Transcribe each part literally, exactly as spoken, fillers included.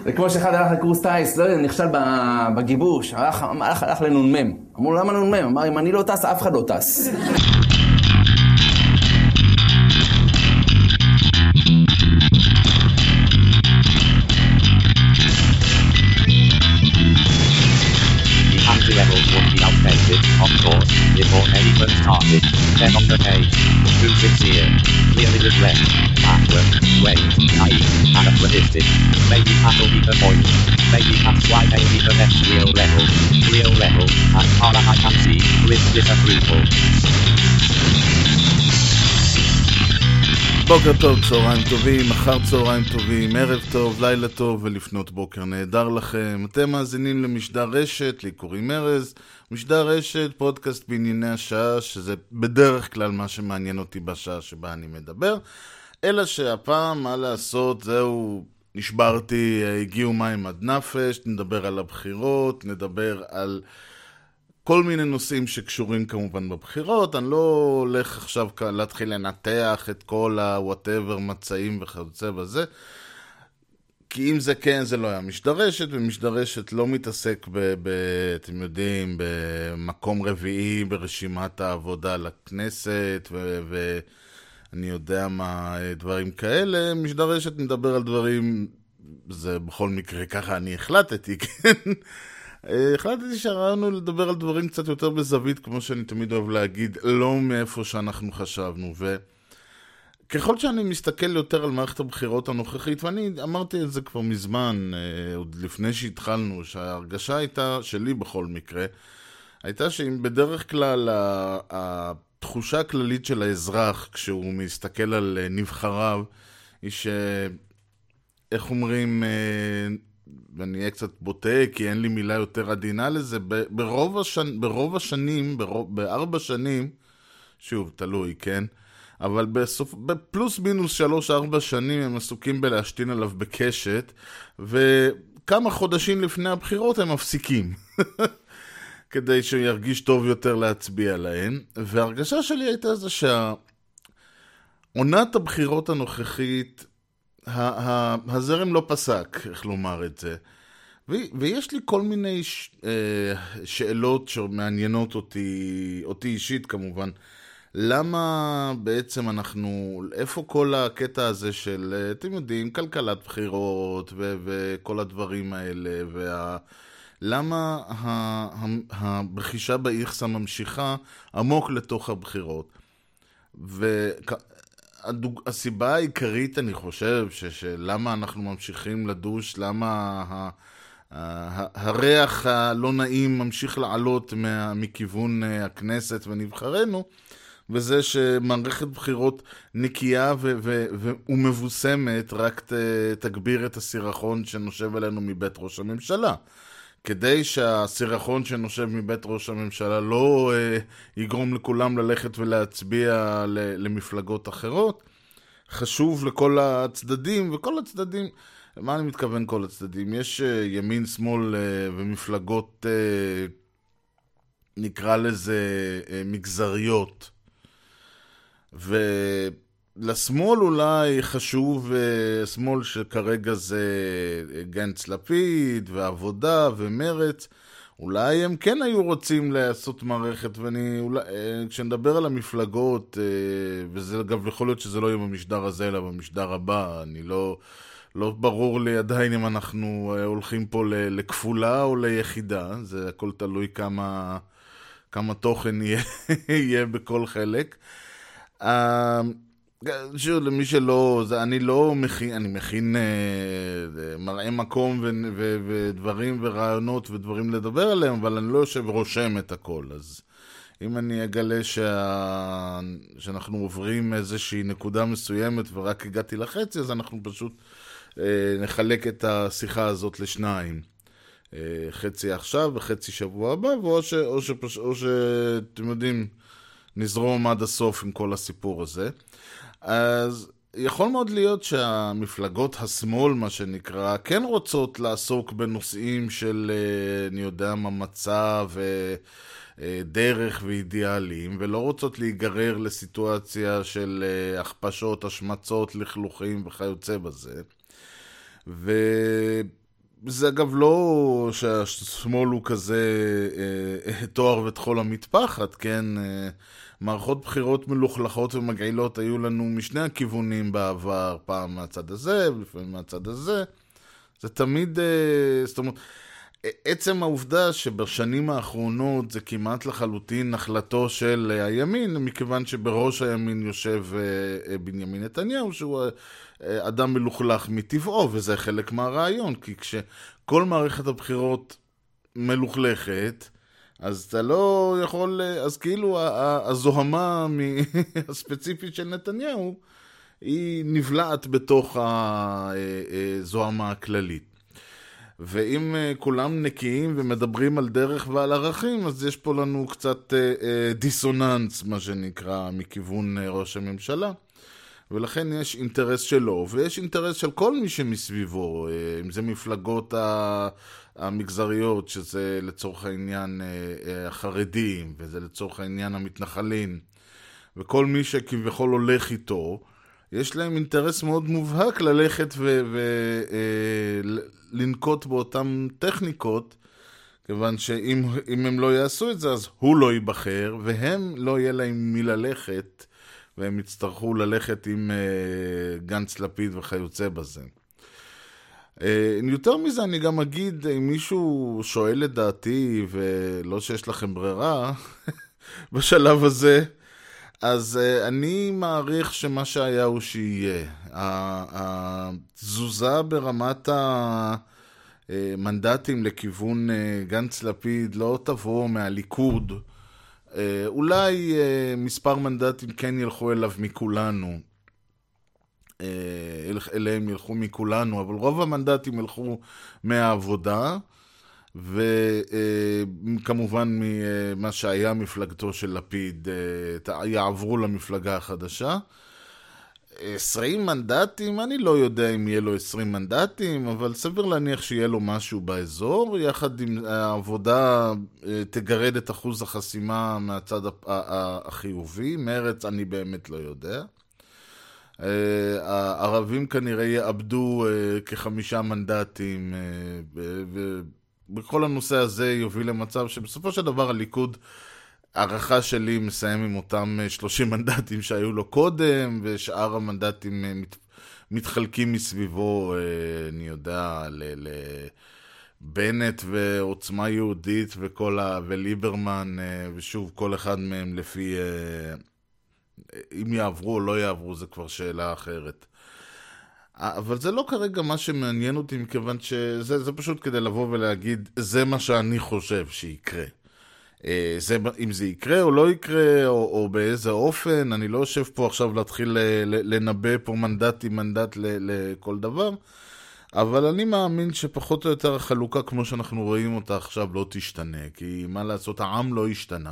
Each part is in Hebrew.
זה כמו שאחד הלך לקורס טייס, לא יודע, נכשל בגיבוש, הלך, הלך, הלך לנ"מ. אמרו לו, למה נ"מ? אמר, אם אני לא טס, אף אחד לא טס. The levels would be outdated, of course, before anyone started. Then on the page, who sits here? Clearly regret, backward, wait, naive, anachronistic. Maybe that'll be the point. Maybe that's why they need the next real level. Real level, as far as I can see, with disapproval. בוקר טוב, צהריים טובים, מחר צהריים טובים, ערב טוב, לילה טוב ולפנות בוקר נהדר לכם. אתם מאזינים למשדר רשת, לי קוראים ארז. משדר רשת, פודקאסט בענייני השעה, שזה בדרך כלל מה שמעניין אותי בשעה שבה אני מדבר. אלא שהפעם, מה לעשות, זהו, נשברתי, הגיעו מים עד נפש, נדבר על הבחירות, נדבר על כל מיני נושאים שקשורים כמובן בבחירות. אני לא הולך עכשיו להתחיל לנתח את כל ה-whatever מצעים וכיוצא בזה, כי אם זה כן, זה לא היה משדרשת, ומשדרשת לא מתעסק ב, ב, אתם יודעים, במקום רביעי ברשימת העבודה לכנסת, ו, ואני יודע מה, דברים כאלה. משדרשת מדבר על דברים, זה בכל מקרה ככה אני החלטתי, כן? החלטתי שהרעיון לדבר על דברים קצת יותר בזווית, כמו שאני תמיד אוהב להגיד, לא מאיפה שאנחנו חשבנו. וככל שאני מסתכל יותר על מערכת הבחירות הנוכחית, ואני אמרתי את זה כבר מזמן, עוד לפני שהתחלנו, שההרגשה הייתה, שלי בכל מקרה, הייתה שאם בדרך כלל התחושה הכללית של האזרח, כשהוא מסתכל על נבחריו, היא ש... איך אומרים... ואני אהיה קצת בוטה, כי אין לי מילה יותר עדינה לזה, ברוב, השנ... ברוב השנים, ברוב... בארבע שנים, שוב, תלוי, כן? אבל בסוף, בפלוס מינוס שלוש, ארבע שנים הם עסוקים בלהשתין עליו בקשת, וכמה חודשים לפני הבחירות הם מפסיקים, כדי שירגיש טוב יותר להצביע להן. וההרגשה שלי הייתה זה שהעונת הבחירות הנוכחית, הזרם לא פסק, איך לומר את זה. ויש לי כל מיני שאלות שמעניינות אותי, אותי אישית כמובן. למה בעצם אנחנו, איפה כל הקטע הזה של, אתם יודעים, כלכלת בחירות וכל הדברים האלה, ולמה הבחישה באיכסה ממשיכה עמוק לתוך הבחירות. ו... הדוג... הסיבה העיקרית, אני חושב, ש... שלמה אנחנו ממשיכים לדוש, למה ה... ה... הריח הלא נעים ממשיך לעלות מה... מכיוון הכנסת ונבחרנו, וזה שמערכת בחירות נקייה ו... ו... ו... ומבוסמת רק ת... תגביר את הסירחון שנושב אלינו מבית ראש הממשלה. כדי שהסירחון שנושב מבית ראש הממשלה לא אה, יגרום לכולם ללכת ולהצביע למפלגות אחרות, חשוב לכל הצדדים, וכל הצדדים, מה אני מתכוון כל הצדדים? יש אה, ימין, שמאל אה, ומפלגות, אה, נקרא לזה אה, מגזריות, ו... לשמאל אולי חשוב, שמאל שכרגע זה גנץ לפיד ועבודה ומרץ, אולי הם כן היו רוצים לעשות מערכת, ואני אולי, כשנדבר על המפלגות, וזה אגב יכול להיות שזה לא יהיה במשדר הזה אלא במשדר הבא, אני לא, לא ברור לי עדיין אם אנחנו הולכים פה לכפולה או ליחידה, זה הכל תלוי כמה, כמה תוכן יהיה, יהיה בכל חלק. שוב, למי שלא, זה, אני לא מכין, אני מכין אה, מראה מקום ו, ו, ודברים ורעיונות ודברים לדבר עליהם, אבל אני לא יושב רושם את הכל. אז אם אני אגלה שה, שאנחנו עוברים איזושהי נקודה מסוימת ורק הגעתי לחצי, אז אנחנו פשוט אה, נחלק את השיחה הזאת לשניים. אה, חצי עכשיו וחצי שבוע הבא, או, ש, או, שפש, או שאתם יודעים, נזרום עד הסוף עם כל הסיפור הזה. אז יכול מאוד להיות שהמפלגות השמאל, מה שנקרא, כן רוצות לעסוק בנושאים של, אני יודע, ממצא ודרך ואידיאלים, ולא רוצות להיגרר לסיטואציה של הכפשות, השמצות, לכלוכים וכיוצא בזה. זה אגב לא שהשמאל הוא כזה אה, תואר וטחול המטפחת, כן? אה, מערכות בחירות מלוכלכות ומגעילות היו לנו משני הכיוונים בעבר, פעם מהצד הזה ולפעמים מהצד הזה. זה תמיד, אה, זאת אומרת, עצם העובדה שבשנים האחרונות זה כמעט לחלוטין נחלתו של הימין, מכיוון שבראש הימין יושב בנימין נתניהו, שהוא אדם מלוכלך מטבעו, וזה חלק מהרעיון, כי כשכל מערכת הבחירות מלוכלכת, אז אתה לא יכול, אז כאילו הזוהמה הספציפית של נתניהו, היא נבלעת בתוך הזוהמה הכללית. ואם uh, כולם נקיים ומדברים על דרך ועל ערכים, אז יש פה לנו קצת uh, uh, דיסוננס, מה שנקרא, מכיוון uh, ראש הממשלה. ולכן יש אינטרס שלו, ויש אינטרס של כל מי שמסביבו, uh, אם זה מפלגות ה- המגזריות, שזה לצורך העניין uh, uh, החרדים, וזה לצורך העניין המתנחלים, וכל מי שכביכול הולך איתו, יש להם אינטרס מאוד מובהק ללכת ולנקוט באותן טכניקות, כיוון שאם אם הם לא יעשו את זה, אז הוא לא ייבחר, והם לא יהיה להם מי ללכת, והם יצטרכו ללכת עם גנץ לפיד וכיוצא בזה. יותר מזה אני גם אגיד, אם מישהו שואל את דעתי, ולא שיש לכם ברירה, בשלב הזה, אז uh, אני מעריך שמה שהיה הוא שיהיה. התזוזה ברמת המנדטים לכיוון uh, גנץ לפיד לא תבוא מהליכוד. Uh, אולי uh, מספר מנדטים כן ילכו אליו מכולנו. Uh, אליהם ילכו מכולנו, אבל רוב המנדטים ילכו מהעבודה. וכמובן ממה שהיה מפלגתו של לפיד יעברו למפלגה החדשה. עשרים מנדטים, אני לא יודע אם יהיה לו עשרים מנדטים, אבל סביר להניח שיהיה לו משהו באזור, יחד עם העבודה תגרד את אחוז החסימה מהצד החיובי. מרץ אני באמת לא יודע. הערבים כנראה יאבדו כחמישה מנדטים, ו... בכל הנושא הזה יוביל למצב שבסופו של דבר הליכוד, הערכה שלי מסיים עם אותם שלושים מנדטים שהיו לו קודם, ושאר המנדטים מת, מתחלקים מסביבו, אני יודע, לבנט ועוצמה יהודית וכל ה... וליברמן, ושוב, כל אחד מהם לפי, אם יעברו או לא יעברו, זה כבר שאלה אחרת. אבל זה לא כרגע מה שמעניין אותי, מכיוון שזה זה פשוט כדי לבוא ולהגיד, זה מה שאני חושב שיקרה. זה, אם זה יקרה או לא יקרה, או, או באיזה אופן, אני לא יושב פה עכשיו להתחיל לנבא פה מנדטי, מנדט לכל דבר, אבל אני מאמין שפחות או יותר החלוקה כמו שאנחנו רואים אותה עכשיו לא תשתנה, כי מה לעשות, העם לא השתנה.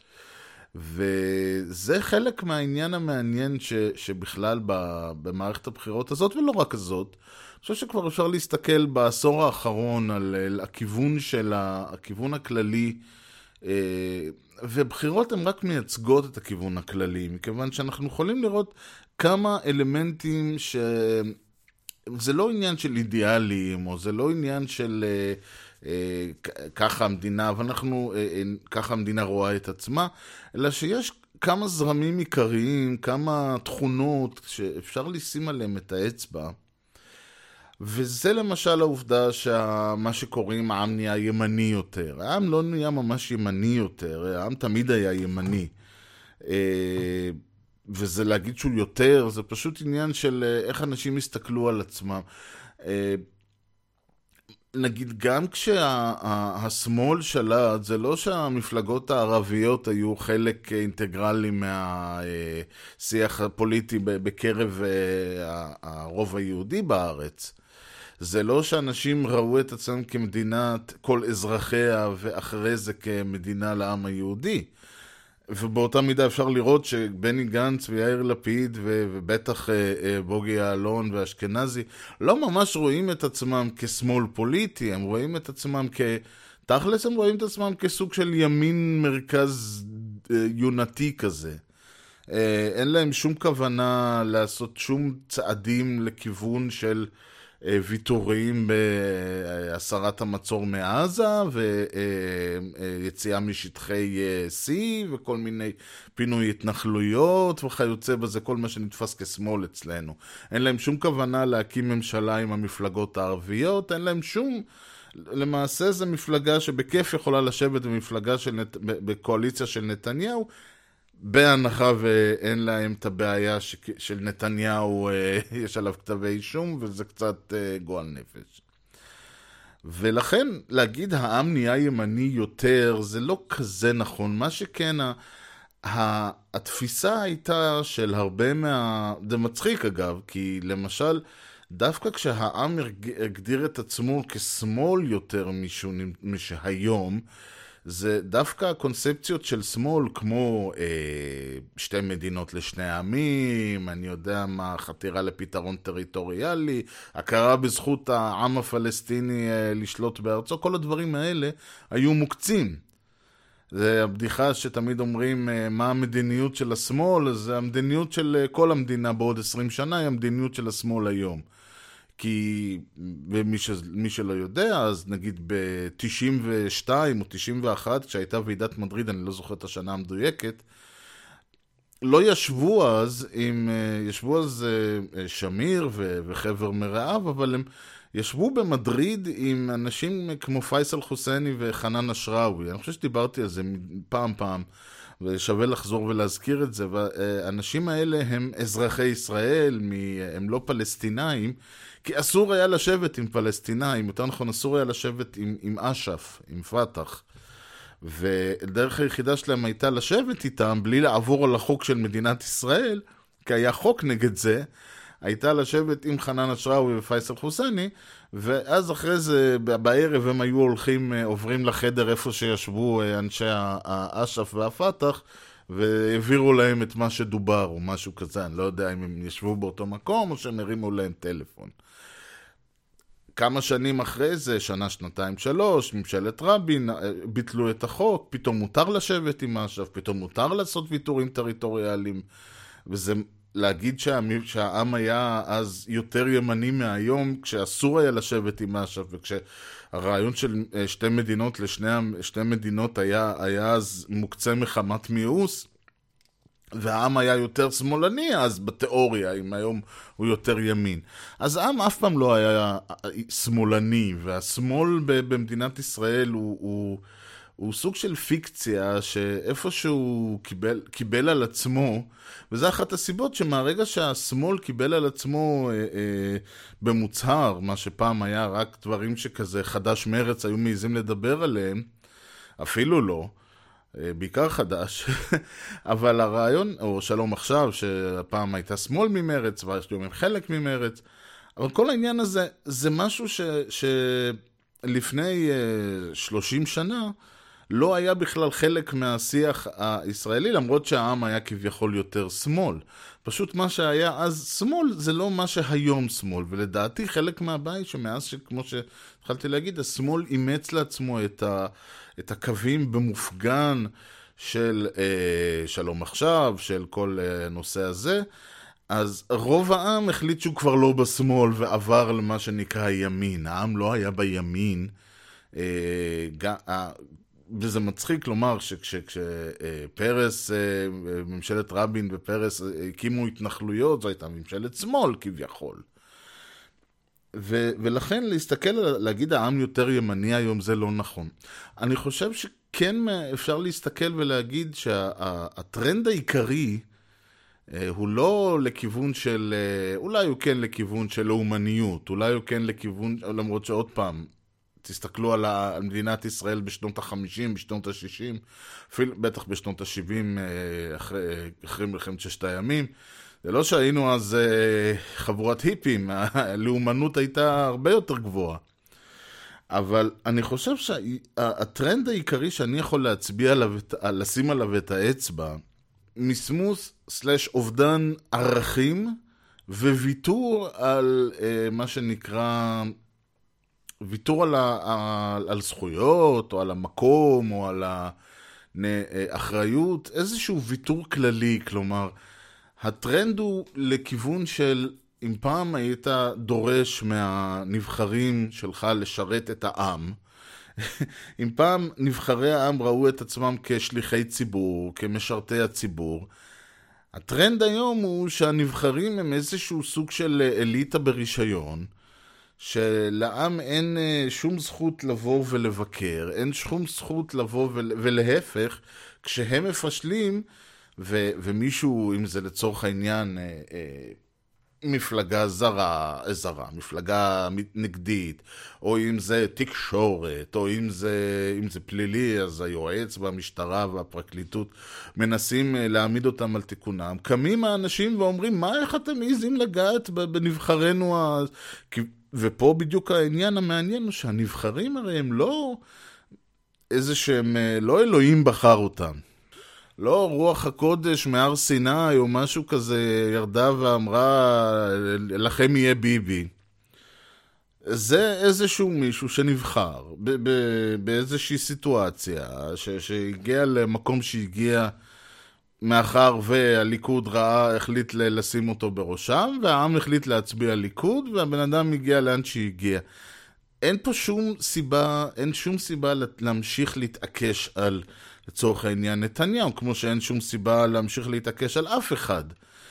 וזה חלק מהעניין המעניין ש, שבכלל במערכת הבחירות הזאת, ולא רק הזאת. אני חושב שכבר אפשר להסתכל בעשור האחרון על, על הכיוון של הכיוון הכללי, ובחירות הן רק מייצגות את הכיוון הכללי, מכיוון שאנחנו יכולים לראות כמה אלמנטים ש... זה לא עניין של אידיאלים, או זה לא עניין של... ככה המדינה, אבל אנחנו, ככה המדינה רואה את עצמה, אלא שיש כמה זרמים עיקריים, כמה תכונות שאפשר לשים עליהם את האצבע, וזה למשל העובדה שמה שקוראים העם נהיה ימני יותר. העם לא נהיה ממש ימני יותר, העם תמיד היה ימני. וזה להגיד שהוא יותר, זה פשוט עניין של איך אנשים הסתכלו על עצמם. נגיד, גם כשהשמאל שלט, זה לא שהמפלגות הערביות היו חלק אינטגרלי מהשיח הפוליטי בקרב הרוב היהודי בארץ. זה לא שאנשים ראו את עצמם כמדינת כל אזרחיה, ואחרי זה כמדינה לעם היהודי. ובאותה מידה אפשר לראות שבני גנץ ויאיר לפיד ובטח בוגי יעלון ואשכנזי לא ממש רואים את עצמם כשמאל פוליטי, הם רואים את עצמם כתכלס, הם רואים את עצמם כסוג של ימין מרכז יונתי כזה. אין להם שום כוונה לעשות שום צעדים לכיוון של ויתורים הסרת המצור מעזה, ויציאה משטחי C, וכל מיני פינוי התנחלויות, וכיוצא בזה, כל מה שנתפס כשמאל אצלנו. אין להם שום כוונה להקים ממשלה עם המפלגות הערביות, אין להם שום... למעשה זו מפלגה שבכיף יכולה לשבת במפלגה של נת... בקואליציה של נתניהו, בהנחה ואין להם את הבעיה ש... של נתניהו, יש עליו כתבי אישום, וזה קצת גועל נפש. ולכן להגיד העם נהיה ימני יותר, זה לא כזה נכון. מה שכן, ה... התפיסה הייתה של הרבה מה... זה מצחיק אגב, כי למשל, דווקא כשהעם הגדיר את עצמו כשמאל יותר משהיום, זה דווקא הקונספציות של שמאל, כמו אה, שתי מדינות לשני עמים, אני יודע מה, חתירה לפתרון טריטוריאלי, הכרה בזכות העם הפלסטיני אה, לשלוט בארצו, כל הדברים האלה היו מוקצים. זה הבדיחה שתמיד אומרים אה, מה המדיניות של השמאל, אז המדיניות של אה, כל המדינה בעוד עשרים שנה היא המדיניות של השמאל היום. כי מי, ש... מי שלא יודע, אז נגיד ב-תשעים ושתיים או תשעים ואחת, כשהייתה ועידת מדריד, אני לא זוכר את השנה המדויקת, לא ישבו אז, עם, ישבו אז שמיר ו... וחבר מרעיו, אבל הם ישבו במדריד עם אנשים כמו פייסל חוסייני וחנן אשראוי. אני חושב שדיברתי על זה פעם פעם, ושווה לחזור ולהזכיר את זה. והאנשים האלה הם אזרחי ישראל, הם לא פלסטינאים, כי אסור היה לשבת עם פלסטינאים, יותר נכון אסור היה לשבת עם, עם אש"ף, עם פתח. ודרך היחידה שלהם הייתה לשבת איתם, בלי לעבור על החוק של מדינת ישראל, כי היה חוק נגד זה, הייתה לשבת עם חנן אשראוי ופייסל חוסייני, ואז אחרי זה בערב הם היו הולכים, עוברים לחדר איפה שישבו אנשי האש"ף והפתח, והעבירו להם את מה שדובר או משהו כזה. אני לא יודע אם הם ישבו באותו מקום או שהם הרימו להם טלפון. כמה שנים אחרי זה, שנה, שנתיים, שלוש, ממשלת רבין, ביטלו את החוק, פתאום מותר לשבת עם אש"ף, פתאום מותר לעשות ויתורים טריטוריאליים, וזה להגיד שהעם, שהעם היה אז יותר ימני מהיום, כשאסור היה לשבת עם אש"ף, וכשהרעיון של שתי מדינות לשני שתי מדינות היה, היה אז מוקצה מחמת מיאוס, והעם היה יותר שמאלני אז בתיאוריה, אם היום הוא יותר ימין. אז העם אף פעם לא היה שמאלני, והשמאל במדינת ישראל הוא, הוא, הוא סוג של פיקציה שאיפשהו קיבל, קיבל על עצמו, וזה אחת הסיבות שמהרגע שהשמאל קיבל על עצמו אה, אה, במוצהר, מה שפעם היה רק דברים שכזה חדש מרץ היו מעיזים לדבר עליהם, אפילו לא, בעיקר חדש, אבל הרעיון, או שלום עכשיו, שהפעם הייתה שמאל ממרץ, ויש לי אומרים חלק ממרץ, אבל כל העניין הזה, זה משהו ש, שלפני שלושים שנה, לא היה בכלל חלק מהשיח הישראלי, למרות שהעם היה כביכול יותר שמאל. פשוט מה שהיה אז שמאל, זה לא מה שהיום שמאל, ולדעתי חלק מהבית שמאז שכמו שהתחלתי להגיד, השמאל אימץ לעצמו את ה... את הקווים במופגן של אה, שלום עכשיו, של כל הנושא אה, הזה, אז רוב העם החליט שהוא כבר לא בשמאל ועבר למה שנקרא ימין. העם לא היה בימין, אה, גם, אה, וזה מצחיק לומר שכשפרס, אה, אה, ממשלת רבין ופרס אה, הקימו התנחלויות, זו הייתה ממשלת שמאל כביכול. ו- ולכן להסתכל, להגיד העם יותר ימני היום זה לא נכון. אני חושב שכן אפשר להסתכל ולהגיד שהטרנד העיקרי הוא לא לכיוון של, אולי הוא כן לכיוון של לאומניות, אולי הוא כן לכיוון, למרות שעוד פעם, תסתכלו על, ה- על מדינת ישראל בשנות ה-חמישים, בשנות ה-שישים, אפילו בטח בשנות ה-שבעים, אחרי, אחרי מלחמת ששת הימים, זה לא שהיינו אז אה, חבורת היפים, הלאומנות הייתה הרבה יותר גבוהה. אבל אני חושב שהטרנד העיקרי שאני יכול להצביע עליו, לשים עליו את האצבע, מסמוס סלש אובדן ערכים, וויתור על אה, מה שנקרא, ויתור על, ה, על, על זכויות, או על המקום, או על האחריות, איזשהו ויתור כללי, כלומר, הטרנד הוא לכיוון של אם פעם היית דורש מהנבחרים שלך לשרת את העם, אם פעם נבחרי העם ראו את עצמם כשליחי ציבור, כמשרתי הציבור, הטרנד היום הוא שהנבחרים הם איזשהו סוג של אליטה ברישיון, שלעם אין שום זכות לבוא ולבקר, אין שום זכות לבוא ולהפך, כשהם מפשלים, ו- ומישהו, אם זה לצורך העניין, מפלגה זרה, זרה, מפלגה נגדית, או אם זה תקשורת, או אם זה, אם זה פלילי, אז היועץ והמשטרה והפרקליטות מנסים להעמיד אותם על תיקונם. קמים האנשים ואומרים, מה, איך אתם מעיזים לגעת בנבחרינו? ה... ופה בדיוק העניין המעניין הוא שהנבחרים הרי הם לא איזה שהם, לא אלוהים בחר אותם. לא רוח הקודש מהר סיני או משהו כזה ירדה ואמרה לכם יהיה ביבי. זה איזשהו מישהו שנבחר ב- ב- באיזושהי סיטואציה ש- שהגיע למקום שהגיע מאחר והליכוד ראה, החליט לשים אותו בראשם, והעם החליט להצביע ליכוד, והבן אדם הגיע לאן שהגיע. אין פה שום סיבה, אין שום סיבה להמשיך להתעקש על, לצורך העניין, נתניהו, כמו שאין שום סיבה להמשיך להתעקש על אף אחד.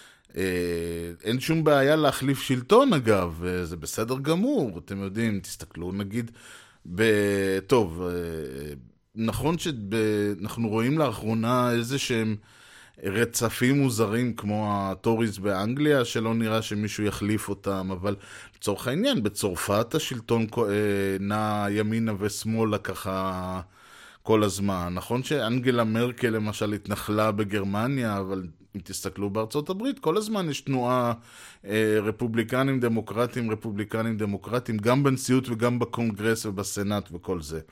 אין שום בעיה להחליף שלטון, אגב, זה בסדר גמור, אתם יודעים, תסתכלו, נגיד, ב... טוב, נכון שאנחנו רואים לאחרונה איזה שהם רצפים מוזרים כמו הטוריס באנגליה, שלא נראה שמישהו יחליף אותם, אבל לצורך העניין, בצרפת השלטון נע ימינה ושמאלה ככה כל הזמן. נכון שאנגלה מרקל למשל התנחלה בגרמניה, אבל אם תסתכלו בארצות הברית, כל הזמן יש תנועה אה, רפובליקנים דמוקרטים, רפובליקנים דמוקרטים, גם בנשיאות וגם בקונגרס ובסנאט וכל זה.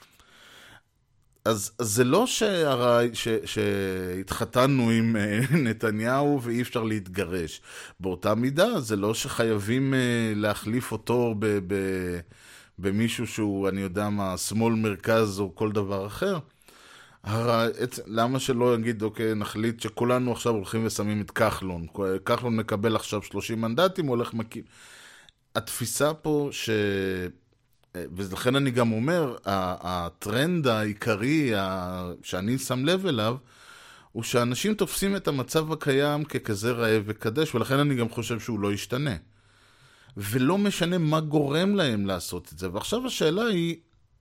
אז, אז זה לא שהרי, ש, שהתחתנו עם נתניהו ואי אפשר להתגרש. באותה מידה, זה לא שחייבים להחליף אותו ב, ב, במישהו שהוא, אני יודע מה, שמאל מרכז או כל דבר אחר. הרי, למה שלא יגיד, אוקיי, נחליט שכולנו עכשיו הולכים ושמים את כחלון. כחלון מקבל עכשיו שלושים מנדטים, הולך מקים. התפיסה פה ש... ולכן אני גם אומר, הטרנד העיקרי שאני שם לב אליו, הוא שאנשים תופסים את המצב הקיים ככזה רעב וקדש, ולכן אני גם חושב שהוא לא ישתנה. ולא משנה מה גורם להם לעשות את זה. ועכשיו השאלה היא,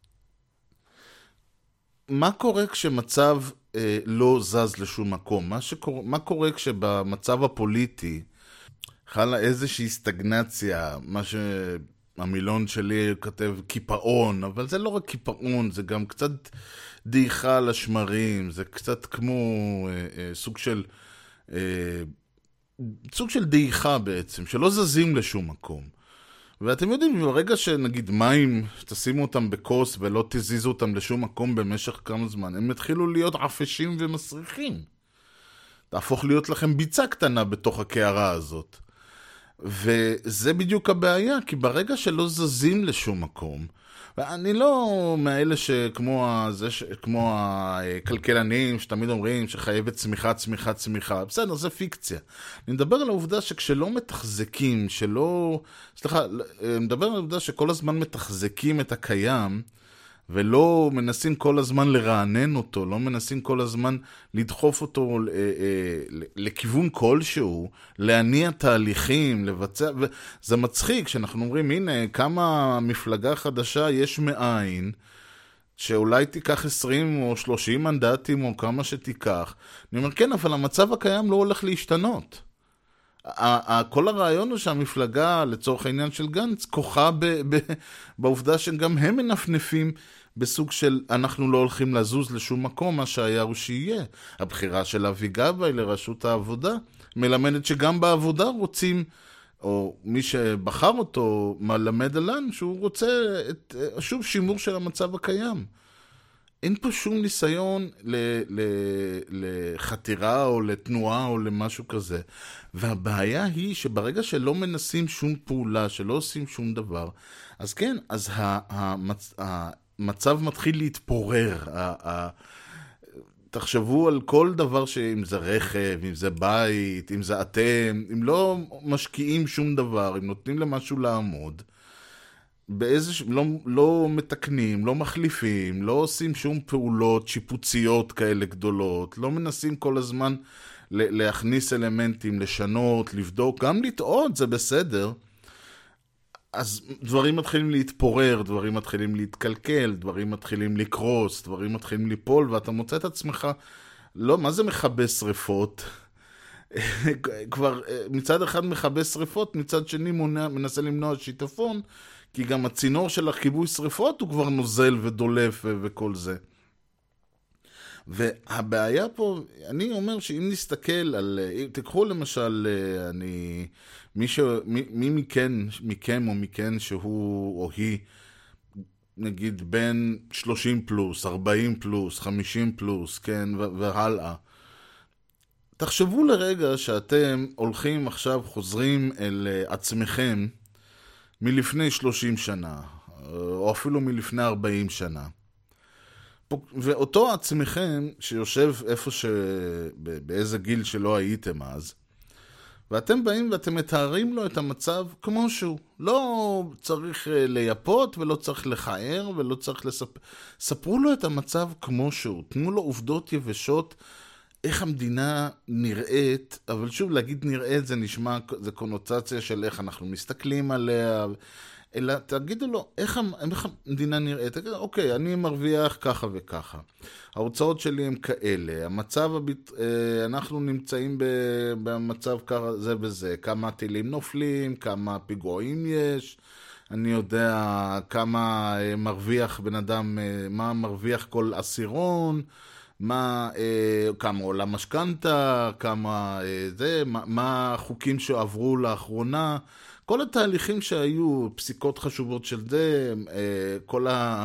מה קורה כשמצב אה, לא זז לשום מקום? מה, שקור... מה קורה כשבמצב הפוליטי חלה איזושהי סטגנציה, מה ש... המילון שלי כתב קיפאון, אבל זה לא רק קיפאון, זה גם קצת דעיכה על השמרים, זה קצת כמו אה, אה, סוג של אה, סוג של דעיכה בעצם, שלא זזים לשום מקום. ואתם יודעים, ברגע שנגיד מים, תשימו אותם בקוס ולא תזיזו אותם לשום מקום במשך כמה זמן, הם התחילו להיות עפשים ומסריחים. תהפוך להיות לכם ביצה קטנה בתוך הקערה הזאת. וזה בדיוק הבעיה, כי ברגע שלא זזים לשום מקום, ואני לא מאלה שכמו זה, כמו הכלכלנים שתמיד אומרים שחייבת צמיחה, צמיחה, צמיחה, בסדר, זה פיקציה. אני מדבר על העובדה שכשלא מתחזקים, שלא, סליחה, אני מדבר על העובדה שכל הזמן מתחזקים את הקיים, ולא מנסים כל הזמן לרענן אותו, לא מנסים כל הזמן לדחוף אותו אה, אה, לכיוון כלשהו, להניע תהליכים, לבצע, וזה מצחיק שאנחנו אומרים, הנה, כמה מפלגה חדשה יש מאין, שאולי תיקח עשרים או שלושים מנדטים או כמה שתיקח. אני אומר, כן, אבל המצב הקיים לא הולך להשתנות. כל הרעיון הוא שהמפלגה, לצורך העניין של גנץ, כוחה ב- ב- בעובדה שגם הם מנפנפים בסוג של אנחנו לא הולכים לזוז לשום מקום, מה שהיה הוא שיהיה. הבחירה של אבי גבאי לראשות העבודה מלמדת שגם בעבודה רוצים, או מי שבחר אותו מלמד עלינו שהוא רוצה את, שוב שימור של המצב הקיים. אין פה שום ניסיון ל- ל- לחתירה או לתנועה או למשהו כזה. והבעיה היא שברגע שלא מנסים שום פעולה, שלא עושים שום דבר, אז כן, אז המצ... המצב מתחיל להתפורר. תחשבו על כל דבר שאם זה רכב, אם זה בית, אם זה אתם, אם לא משקיעים שום דבר, אם נותנים למשהו לעמוד, באיזה, לא, לא מתקנים, לא מחליפים, לא עושים שום פעולות שיפוציות כאלה גדולות, לא מנסים כל הזמן להכניס אלמנטים, לשנות, לבדוק, גם לטעות, זה בסדר. אז דברים מתחילים להתפורר, דברים מתחילים להתקלקל, דברים מתחילים לקרוס, דברים מתחילים ליפול, ואתה מוצא את עצמך, לא, מה זה מכבה שריפות? כבר מצד אחד מכבה שריפות, מצד שני מונע, מנסה למנוע שיטפון, כי גם הצינור של הכיבוי שריפות הוא כבר נוזל ודולף ו- וכל זה. והבעיה פה, אני אומר שאם נסתכל על, תקחו למשל, אני, מי, ש, מי, מי מכן, מכם או מכן שהוא או היא, נגיד בין שלושים פלוס, ארבעים פלוס, חמישים פלוס, כן, והלאה. תחשבו לרגע שאתם הולכים עכשיו, חוזרים אל עצמכם מלפני שלושים שנה, או אפילו מלפני ארבעים שנה. ואותו עצמכם שיושב איפה ש... באיזה גיל שלא הייתם אז, ואתם באים ואתם מתארים לו את המצב כמו שהוא. לא צריך לייפות ולא צריך לחער ולא צריך לספר. ספרו לו את המצב כמו שהוא. תנו לו עובדות יבשות, איך המדינה נראית, אבל שוב, להגיד נראית זה נשמע, זה קונוטציה של איך אנחנו מסתכלים עליה, אלא תגידו לו, איך, איך המדינה נראית? תגידו, אוקיי, אני מרוויח ככה וככה. ההוצאות שלי הם כאלה. המצב, הביט... אנחנו נמצאים במצב ככה זה וזה. כמה טילים נופלים, כמה פיגועים יש. אני יודע כמה מרוויח בן אדם, מה מרוויח כל עשירון, מה, כמה עולה משכנתה, כמה זה, מה, מה החוקים שעברו לאחרונה. כל התהליכים שהיו, פסיקות חשובות של זה, כל ה...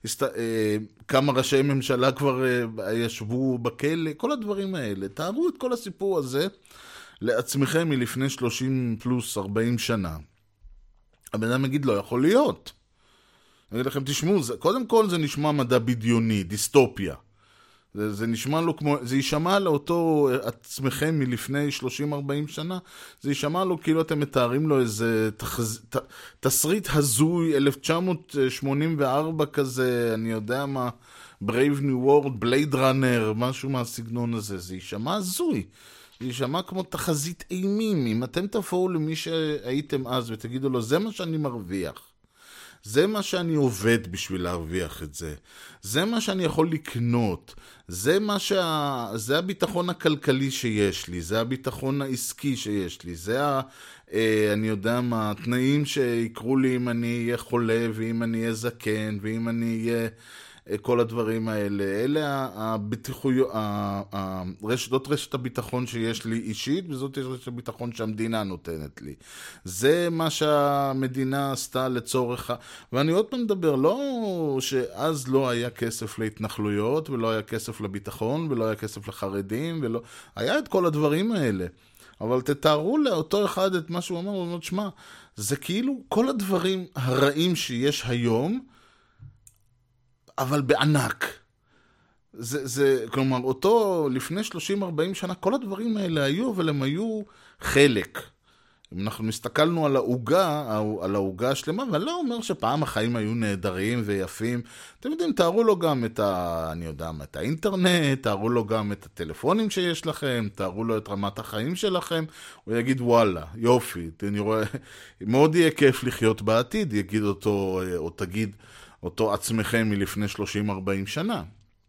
כמה ראשי ממשלה כבר ישבו בכלא, כל הדברים האלה. תארו את כל הסיפור הזה לעצמכם מלפני שלושים פלוס ארבעים שנה. הבן אדם יגיד, לא יכול להיות. אני אגיד לכם, תשמעו, זה, קודם כל זה נשמע מדע בדיוני, דיסטופיה. זה, זה נשמע לו כמו, זה יישמע לאותו עצמכם מלפני שלושים ארבעים שנה, זה יישמע לו כאילו אתם מתארים לו איזה תחז, ת, תסריט הזוי, אלף תשע מאות שמונים וארבע כזה, אני יודע מה, Brave New World, Blade Runner, משהו מהסגנון הזה, זה יישמע הזוי. זה יישמע כמו תחזית אימים. אם אתם תפעו למי שהייתם אז ותגידו לו, זה מה שאני מרוויח. זה מה שאני עובד בשביל להרוויח את זה. זה מה שאני יכול לקנות. זה מה שה... זה הביטחון הכלכלי שיש לי. זה הביטחון העסקי שיש לי. זה ה... אני יודע מה, התנאים שיקרו לי אם אני אהיה חולה, ואם אני אהיה זקן, ואם אני אהיה... כל הדברים האלה. אלה הבטיחויות, הרשתות רשת הביטחון שיש לי אישית, וזאת רשת הביטחון שהמדינה נותנת לי. זה מה שהמדינה עשתה לצורך, ואני עוד פעם מדבר, לא שאז לא היה כסף להתנחלויות, ולא היה כסף לביטחון, ולא היה כסף לחרדים, ולא... היה את כל הדברים האלה. אבל תתארו לאותו אחד את מה שהוא אמר, הוא אומר, שמה, זה כאילו כל הדברים הרעים שיש היום, אבל בענק. זה, זה, כלומר, אותו לפני שלושים ארבעים שנה, כל הדברים האלה היו, אבל הם היו חלק. אם אנחנו מסתכלנו על העוגה, על העוגה השלמה, ואני לא אומר שפעם החיים היו נהדרים ויפים. אתם יודעים, תארו לו גם את ה, אני יודע, את האינטרנט, תארו לו גם את הטלפונים שיש לכם, תארו לו את רמת החיים שלכם, הוא יגיד, וואלה, יופי, אני רואה, מאוד יהיה כיף לחיות בעתיד, יגיד אותו, או תגיד, אותו עצמכם מלפני שלושים ארבעים שנה.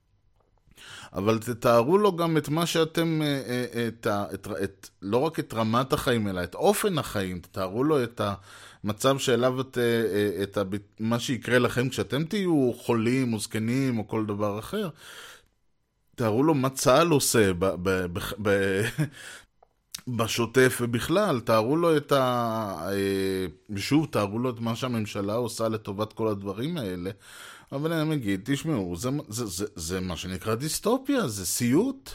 אבל תתארו לו גם את מה שאתם, את, את, את, לא רק את רמת החיים, אלא את אופן החיים. תתארו לו את המצב שאליו, את, את, את מה שיקרה לכם כשאתם תהיו חולים או זקנים או כל דבר אחר. תתארו לו מה צה"ל עושה ב, ב, ב, ב, בשוטף ובכלל. תארו לו את ה... שוב, תארו לו את מה שהממשלה עושה לטובת כל הדברים האלה. אבל אני מגיד, תשמעו, זה, זה, זה, זה מה שנקרא דיסטופיה, זה סיוט.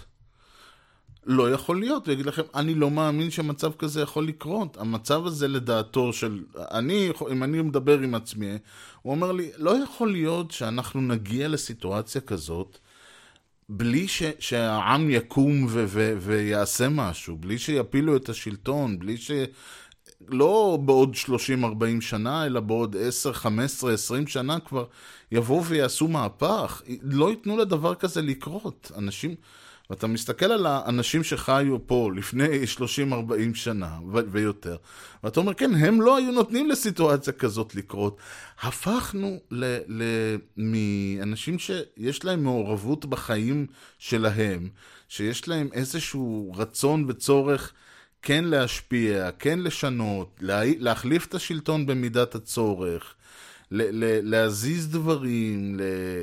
לא יכול להיות, ויגיד לכם, אני לא מאמין שמצב כזה יכול לקרות. המצב הזה לדעתו של... אני, אם אני מדבר עם עצמי, הוא אומר לי, לא יכול להיות שאנחנו נגיע לסיטואציה כזאת, בלי ש, שהעם יקום ו, ו, ויעשה משהו, בלי שיפילו את השלטון, בלי ש... לא בעוד שלושים ארבעים שנה, אלא בעוד עשר, חמש עשרה, עשרים שנה כבר יבואו ויעשו מהפך. לא ייתנו לדבר כזה לקרות. אנשים, ואתה מסתכל על האנשים שחיו פה לפני שלושים ארבעים שנה ו- ויותר, ואתה אומר, כן, הם לא היו נותנים לסיטואציה כזאת לקרות. הפכנו ל- ל- מאנשים שיש להם מעורבות בחיים שלהם, שיש להם איזשהו רצון וצורך כן להשפיע, כן לשנות, לה, להחליף את השלטון במידת הצורך, ל, ל, להזיז דברים, ל,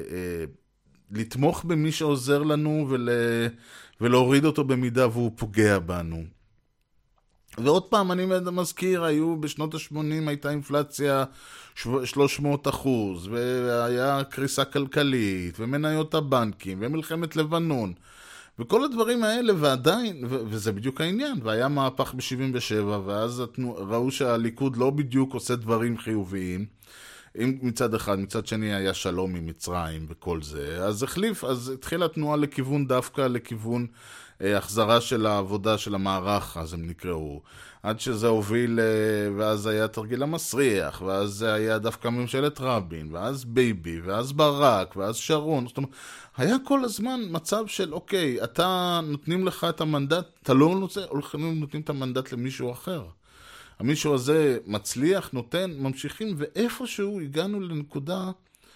לתמוך במי שעוזר לנו ול, ולהוריד אותו במידה והוא פוגע בנו. ועוד פעם אני מזכיר, היו בשנות ה-שמונים הייתה אינפלציה שלוש מאות אחוז, והיה קריסה כלכלית, ומניות הבנקים, ומלחמת לבנון. וכל הדברים האלה, ועדיין, ו- וזה בדיוק העניין, והיה מהפך ב-שבעים ושבע, ואז ראו שהליכוד לא בדיוק עושה דברים חיוביים, מצד אחד, מצד שני היה שלום עם מצרים וכל זה, אז החליף, אז התחילה התנועה לכיוון דווקא, לכיוון אה, החזרה של העבודה של המערך, אז הם נקראו, עד שזה הוביל, אה, ואז היה תרגיל המסריח, ואז זה היה דווקא ממשלת רבין, ואז ביבי, ואז ברק, ואז שרון, זאת אומרת, היה כל הזמן מצב של, אוקיי, אתה נותנים לך את המנדט, אתה לא נוצא, הולכים נותנים את המנדט למישהו אחר. המישהו הזה מצליח, נותן, ממשיכים, ואיפשהו הגענו לנקודה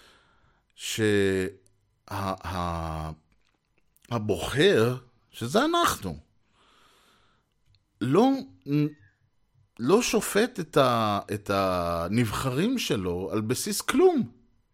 שהבוחר, שזה אנחנו, לא, לא שופט את, ה, את הנבחרים שלו על בסיס כלום.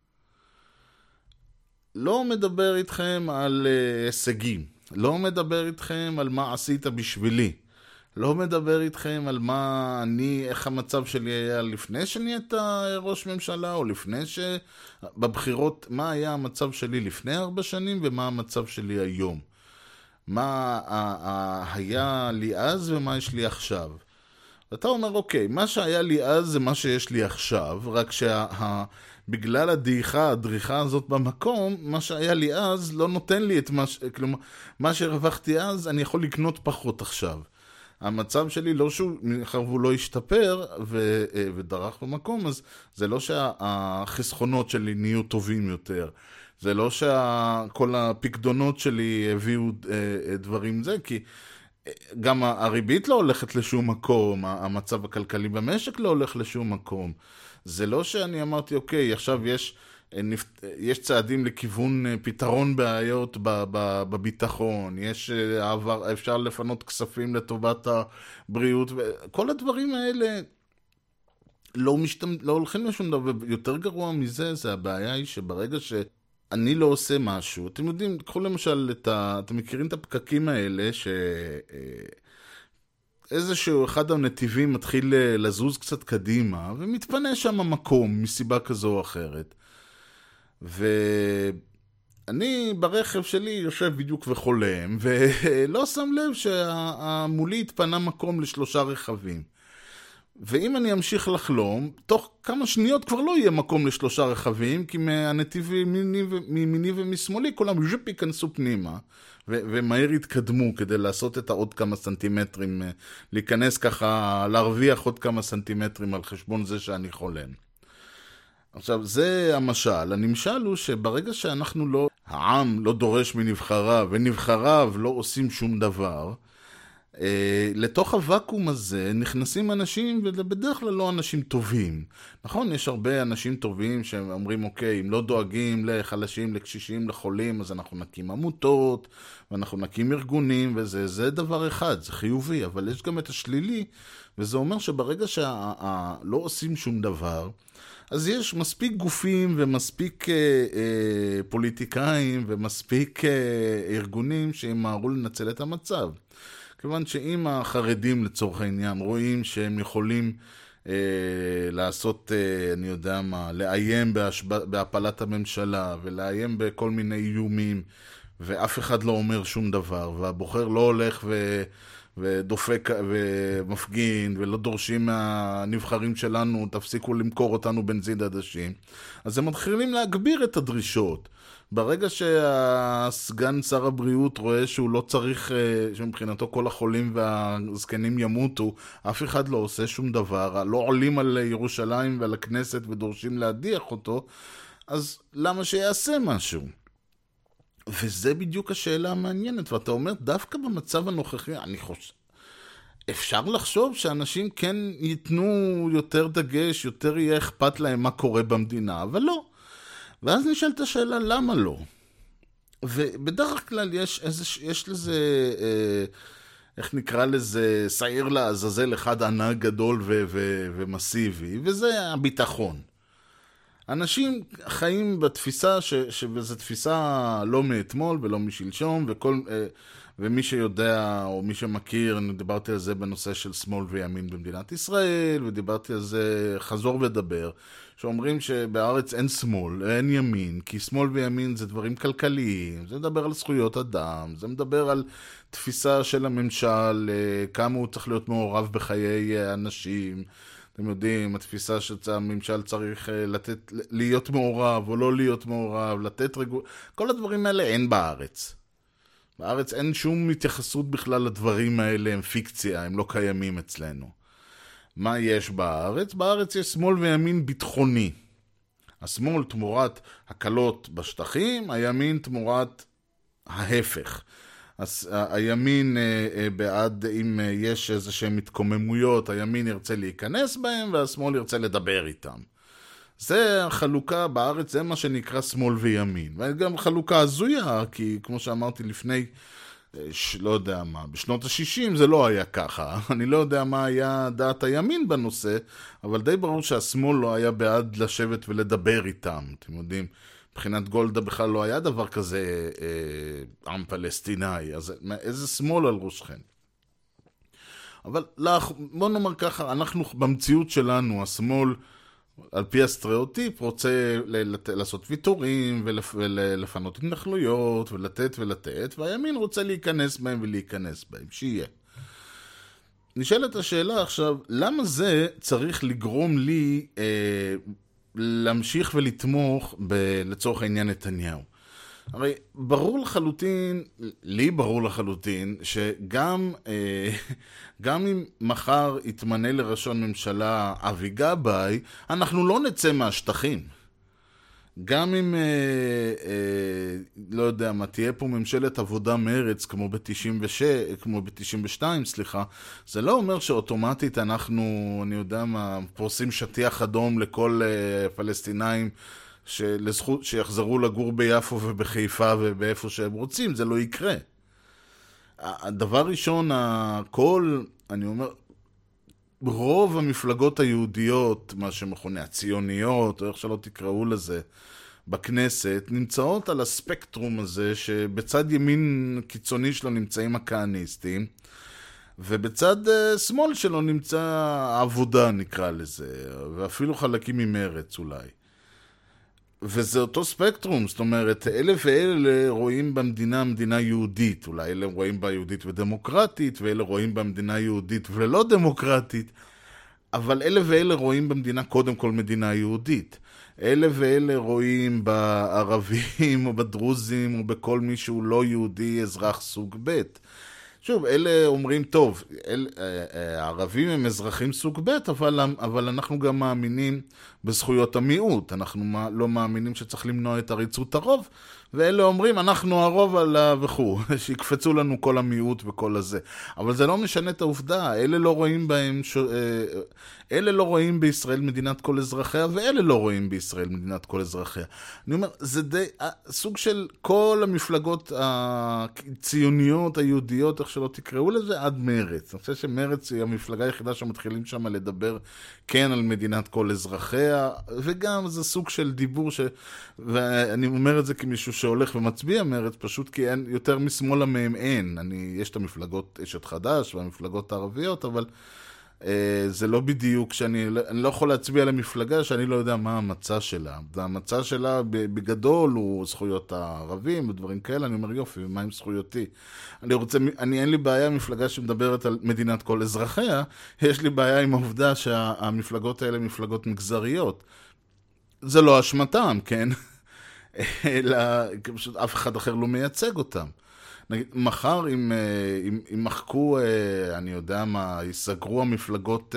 לא מדבר איתכם על הישגים, לא מדבר איתכם על מה עשית בשבילי, לא מדבר איתכם על מה אני, איך המצב שלי היה לפני שנהיית ראש ממשלה, או לפני שבבחירות, מה היה המצב שלי לפני ארבע שנים, ומה המצב שלי היום. מה היה לי אז ומה יש לי עכשיו. ואתה אומר, אוקיי, מה שהיה לי אז זה מה שיש לי עכשיו, רק שבגלל הדעיכה, הדריכה הזאת במקום, מה שהיה לי אז לא נותן לי את מה, כלומר, מה שהרווחתי אז, אני יכול לקנות פחות עכשיו. המצב שלי לא שהוא, מאחר והוא לא השתפר ו, ודרך במקום, אז זה לא שהחסכונות שלי נהיו טובים יותר. זה לא שכל הפקדונות שלי הביאו דברים זה, כי גם הריבית לא הולכת לשום מקום, המצב הכלכלי במשק לא הולך לשום מקום. זה לא שאני אמרתי, אוקיי, עכשיו יש, יש צעדים לכיוון פתרון בעיות בביטחון, יש עבר, אפשר לפנות כספים לטובת הבריאות, וכל הדברים האלה לא, משתמ... לא הולכים לשום דבר. יותר גרוע מזה, זה הבעיה היא שברגע ש... אני לא עושה משהו. אתם יודעים, קחו למשל את ה... אתם מכירים את הפקקים האלה, ש... איזשהו אחד הנתיבים מתחיל לזוז קצת קדימה, ומתפנה שם מקום מסיבה כזו או אחרת. ואני ברכב שלי יושב בדיוק וחולם, ולא שם לב שמולי התפנה מקום לשלושה רכבים. ואם אני אמשיך לחלום, תוך כמה שניות כבר לא יהיה מקום לשלושה רכבים, כי מהנתיבים מימיני ומשמאלי, כולם ז'ופ ייכנסו פנימה, ו- ומהר יתקדמו כדי לעשות את העוד כמה סנטימטרים, להיכנס ככה, להרוויח עוד כמה סנטימטרים על חשבון זה שאני חולם. עכשיו, זה המשל. הנמשל הוא שברגע שאנחנו לא, העם לא דורש מנבחריו, ונבחריו לא עושים שום דבר, לתוך הוואקום הזה נכנסים אנשים, ובדרך כלל לא אנשים טובים. נכון, יש הרבה אנשים טובים שאומרים, אוקיי, אם לא דואגים לחלשים, לקשישים, לחולים, אז אנחנו נקים עמותות, ואנחנו נקים ארגונים, וזה זה דבר אחד, זה חיובי, אבל יש גם את השלילי, וזה אומר שברגע שלא עושים שום דבר, אז יש מספיק גופים ומספיק אה, אה, פוליטיקאים ומספיק אה, ארגונים שימהרו לנצל את המצב. כיוון שאם החרדים לצורך העניין רואים שהם יכולים אה, לעשות, אה, אני יודע מה, לאיים בהשב... בהפלת הממשלה ולאיים בכל מיני איומים, ואף אחד לא אומר שום דבר, והבוחר לא הולך ו... ודופק ומפגין, ולא דורשים מהנבחרים שלנו, תפסיקו למכור אותנו בנזין עדשים. אז הם מתחילים להגביר את הדרישות. ברגע שהסגן שר הבריאות רואה שהוא לא צריך, שמבחינתו כל החולים והזקנים ימותו, אף אחד לא עושה שום דבר, לא עולים על ירושלים ועל הכנסת ודורשים להדיח אותו, אז למה שיעשה משהו? וזה בדיוק השאלה המעניינת, ואתה אומר, דווקא במצב הנוכחי, אני חושב, אפשר לחשוב שאנשים כן ייתנו יותר דגש, יותר יהיה אכפת להם מה קורה במדינה, אבל לא. ואז נשאלת השאלה, למה לא? ובדרך כלל יש, איזה, יש לזה, אה, איך נקרא לזה, שעיר לעזאזל אחד ענק גדול ו- ו- ומסיבי, וזה הביטחון. אנשים חיים בתפיסה, ש- שזו תפיסה לא מאתמול ולא משלשום, וכל, אה, ומי שיודע או מי שמכיר, אני דיברתי על זה בנושא של שמאל וימין במדינת ישראל, ודיברתי על זה חזור ודבר, שאומרים שבארץ אין שמאל, אין ימין, כי שמאל וימין זה דברים כלכליים, זה מדבר על זכויות אדם, זה מדבר על תפיסה של הממשל, כמה הוא צריך להיות מעורב בחיי אנשים, אתם יודעים, התפיסה שהממשל צריך לתת, להיות מעורב או לא להיות מעורב, לתת רגול, כל הדברים האלה אין בארץ. בארץ אין שום התייחסות בכלל לדברים האלה, הם פיקציה, הם לא קיימים אצלנו. מה יש בארץ? בארץ יש שמאל וימין ביטחוני. השמאל תמורת הקלות בשטחים, הימין תמורת ההפך. אז הימין בעד, אם יש איזה שהם מתקוממויות, הימין ירצה להיכנס בהם והשמאל ירצה לדבר איתם. זה החלוקה בארץ, זה מה שנקרא שמאל וימין. וגם חלוקה הזויה, כי כמו שאמרתי לפני, ש... לא יודע מה, בשנות ה-שישים זה לא היה ככה. אני לא יודע מה היה דעת הימין בנושא, אבל די ברור שהשמאל לא היה בעד לשבת ולדבר איתם. אתם יודעים, מבחינת גולדה בכלל לא היה דבר כזה אה, עם פלסטיני, אז איזה שמאל על ראשכם? אבל לא, בוא נאמר ככה, אנחנו במציאות שלנו, השמאל, על פי הסטריאוטיפ, רוצה לעשות ויתורים ולפנות התנחלויות ולתת ולתת, והימין רוצה להיכנס בהם ולהיכנס בהם, שיהיה. נשאלת השאלה עכשיו, למה זה צריך לגרום לי אה, להמשיך ולתמוך ב- לצורך העניין נתניהו? הרי ברור לחלוטין, לי ברור לחלוטין, שגם אה, גם אם מחר יתמנה לראשון ממשלה אבי גבאי, אנחנו לא נצא מהשטחים. גם אם, אה, אה, לא יודע מה, תהיה פה ממשלת עבודה מרץ, כמו ב-תשעים ושש, כמו ב-תשעים ושתיים, סליחה, זה לא אומר שאוטומטית אנחנו, אני יודע מה, פורסים שטיח אדום לכל אה, פלסטינאים, שלזכות, שיחזרו לגור ביפו ובחיפה ובאיפה שהם רוצים, זה לא יקרה. הדבר ראשון, הכל, אני אומר, רוב המפלגות היהודיות, מה שמכונה הציוניות, או איך שלא תקראו לזה, בכנסת, נמצאות על הספקטרום הזה, שבצד ימין קיצוני שלו נמצאים הכהניסטים, ובצד uh, שמאל שלו נמצא העבודה, נקרא לזה, ואפילו חלקים ממרץ אולי. וזה אותו ספקטרום, זאת אומרת, אלה ואלה רואים במדינה מדינה יהודית, אולי אלה רואים בה יהודית ודמוקרטית, ואלה רואים במדינה יהודית ולא דמוקרטית, אבל אלה ואלה רואים במדינה קודם כל מדינה יהודית. אלה ואלה רואים בערבים או בדרוזים או בכל מי שהוא לא יהודי אזרח סוג ב'. שוב, אלה אומרים, טוב, אל, הערבים הם אזרחים סוג ב', אבל, אבל אנחנו גם מאמינים בזכויות המיעוט. אנחנו לא מאמינים שצריך למנוע את עריצות הרוב, ואלה אומרים, אנחנו הרוב על וכו', שיקפצו לנו כל המיעוט וכל הזה. אבל זה לא משנה את העובדה, אלה לא רואים בהם, ש... אלה לא רואים בישראל מדינת כל אזרחיה, ואלה לא רואים בישראל מדינת כל אזרחיה. אני אומר, זה די, סוג של כל המפלגות הציוניות, היהודיות, איך שלא תקראו לזה, עד מרץ. אני חושב שמרץ היא המפלגה היחידה שמתחילים שם לדבר כן על מדינת כל אזרחיה, וגם זה סוג של דיבור ש... ואני אומר את זה כמישהו שהולך ומצביע מרץ, פשוט כי אין, יותר משמאלה מהם אין. אני, יש את המפלגות אשת חדש והמפלגות הערביות, אבל זה לא בדיוק שאני אני לא יכול להצביע על המפלגה שאני לא יודע מה המצע שלה. המצע שלה בגדול הוא זכויות הערבים ודברים כאלה, אני אומר יופי, מה עם זכויותי? אני רוצה, אני אין לי בעיה עם מפלגה שמדברת על מדינת כל אזרחיה, יש לי בעיה עם העובדה שהמפלגות האלה מפלגות מגזריות. זה לא אשמתם, כן? אלא פשוט אף אחד אחר לא מייצג אותם. נגיד, מחר אם, אם, אם מחקו, אני יודע מה, יסגרו המפלגות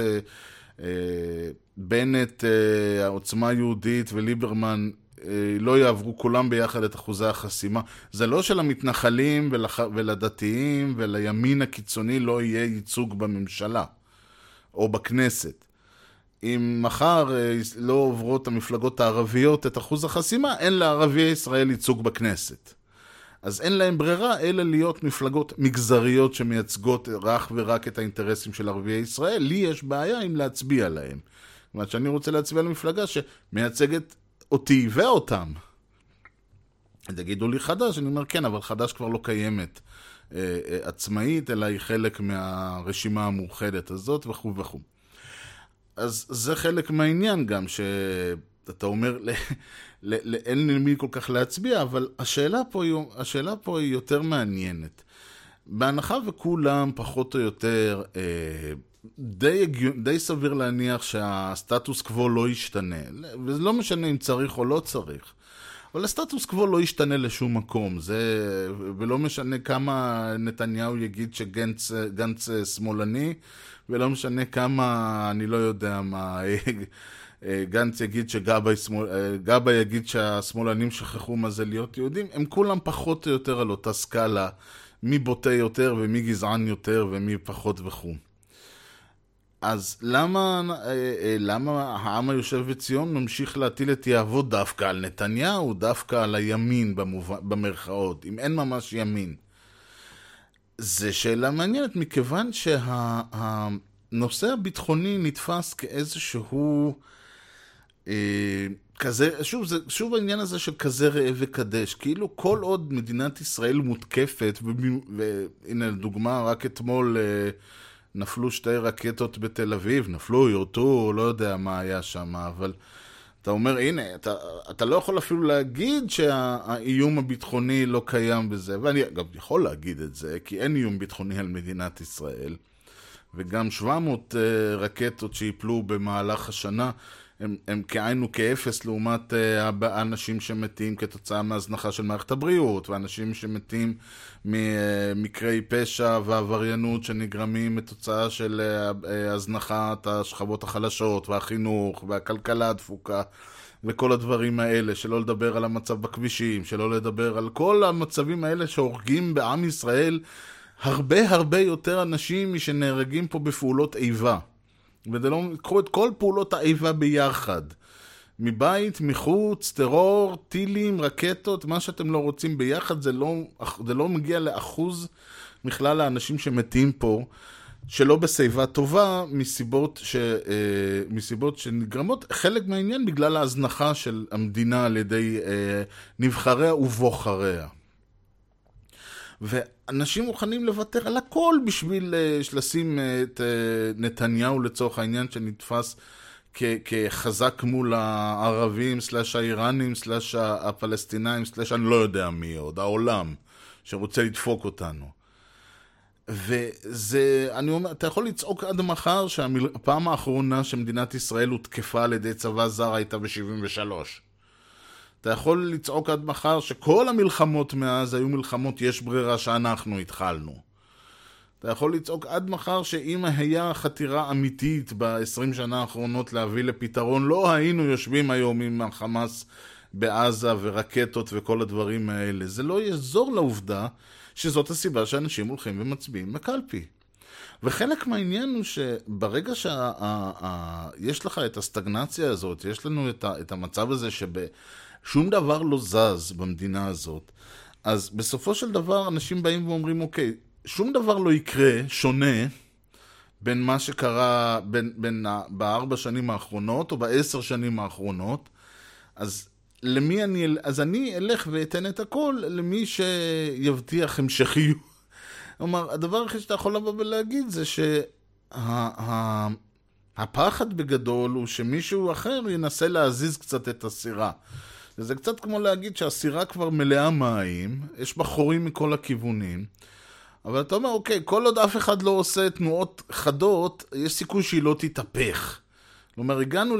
בנט, העוצמה יהודית וליברמן, לא יעברו כולם ביחד את אחוזי החסימה. זה לא של המתנחלים ולח... ולדתיים ולימין הקיצוני לא יהיה ייצוג בממשלה או בכנסת. אם מחר לא עוברות המפלגות הערביות את אחוז החסימה, אין לערביי ישראל ייצוג בכנסת. אז אין להם ברירה אלא להיות מפלגות מגזריות שמייצגות רק ורק את האינטרסים של ערביי ישראל. לי יש בעיה עם להצביע להם. זאת אומרת שאני רוצה להצביע למפלגה שמייצגת אותי ואותם. תגידו לי חדש, אני אומר כן, אבל חדש כבר לא קיימת אה, אה, עצמאית, אלא היא חלק מהרשימה המאוחדת הזאת וכו' וכו'. אז זה חלק מהעניין גם, שאתה אומר, ל, ל, ל, אין למי כל כך להצביע, אבל השאלה פה, השאלה פה היא יותר מעניינת. בהנחה וכולם פחות או יותר, אה, די, די סביר להניח שהסטטוס קוו לא ישתנה, וזה לא משנה אם צריך או לא צריך. אבל הסטטוס קוו לא ישתנה לשום מקום, זה, ולא משנה כמה נתניהו יגיד שגנץ גנץ שמאלני, ולא משנה כמה, אני לא יודע מה, גנץ יגיד שגבא גבא יגיד שהשמאלנים שכחו מה זה להיות יהודים, הם כולם פחות או יותר על אותה סקאלה, מי בוטה יותר ומי גזען יותר ומי פחות וכו'. אז למה, למה העם היושב בציון ממשיך להטיל את יהבו דווקא על נתניהו, דווקא על הימין במרכאות, אם אין ממש ימין? זה שאלה מעניינת, מכיוון שהנושא הביטחוני נתפס כאיזשהו, אה, כזה, שוב, זה, שוב העניין הזה של כזה ראה וקדש, כאילו כל עוד מדינת ישראל מותקפת, והנה לדוגמה, רק אתמול אה, נפלו שתי רקטות בתל אביב, נפלו, יורטו, לא יודע מה היה שם, אבל אתה אומר, הנה, אתה, אתה לא יכול אפילו להגיד שהאיום הביטחוני לא קיים בזה, ואני גם יכול להגיד את זה, כי אין איום ביטחוני על מדינת ישראל, וגם שבע מאות uh, רקטות שיפלו במהלך השנה, הם, הם כעיינו כאפס לעומת uh, האנשים שמתים כתוצאה מהזנחה של מערכת הבריאות, ואנשים שמתים ממקרי פשע ועבריינות שנגרמים מתוצאה של uh, הזנחת השכבות החלשות והחינוך והכלכלה הדפוקה וכל הדברים האלה, שלא לדבר על המצב בכבישים, שלא לדבר על כל המצבים האלה שהורגים בעם ישראל הרבה הרבה יותר אנשים משנהרגים פה בפעולות איבה. וזה לא, קחו את כל פעולות האיבה ביחד. מבית, מחוץ, טרור, טילים, רקטות, מה שאתם לא רוצים ביחד, זה לא, זה לא מגיע לאחוז מכלל האנשים שמתים פה, שלא בסביבה טובה, מסיבות, ש, מסיבות שנגרמות, חלק מהעניין בגלל ההזנחה של המדינה על ידי נבחריה ובוחריה. ואנשים מוכנים לוותר על הכל בשביל לשים את נתניהו לצורך העניין שנתפס כ- כחזק מול הערבים, סלש האיראנים, סלש הפלסטינאים, סלש אני לא יודע מי עוד, העולם שרוצה לדפוק אותנו. וזה, אני אומר, אתה יכול לצעוק עד מחר שהפעם האחרונה שמדינת ישראל הותקפה על ידי צבא זר הייתה ב-שבעים ושלוש. אתה יכול לצעוק עד מחר שכל המלחמות מאז היו מלחמות יש ברירה שאנחנו התחלנו. אתה יכול לצעוק עד מחר שאם היה חתירה אמיתית ב-עשרים שנה האחרונות להביא לפתרון, לא היינו יושבים היום עם החמאס בעזה ורקטות וכל הדברים האלה. זה לא יעזור לעובדה שזאת הסיבה שאנשים הולכים ומצביעים בקלפי. וחלק מהעניין הוא שברגע שיש לך את הסטגנציה הזאת, יש לנו את המצב הזה שבשום דבר לא זז במדינה הזאת, אז בסופו של דבר אנשים באים ואומרים, אוקיי, שום דבר לא יקרה שונה בין מה שקרה בין, בין בארבע שנים האחרונות או בעשר שנים האחרונות, אז למי אני, אז אני אלך ואתן את הכל למי שיבטיח המשכיות. כלומר, הדבר הכי שאתה יכול לבוא ולהגיד זה הפחד בגדול הוא שמישהו אחר ינסה להזיז קצת את הסירה. וזה קצת כמו להגיד שהסירה כבר מלאה מים, יש בה חורים מכל הכיוונים, אבל אתה אומר, אוקיי, כל עוד אף אחד לא עושה תנועות חדות, יש סיכוי שהיא לא תתהפך. כלומר, הגענו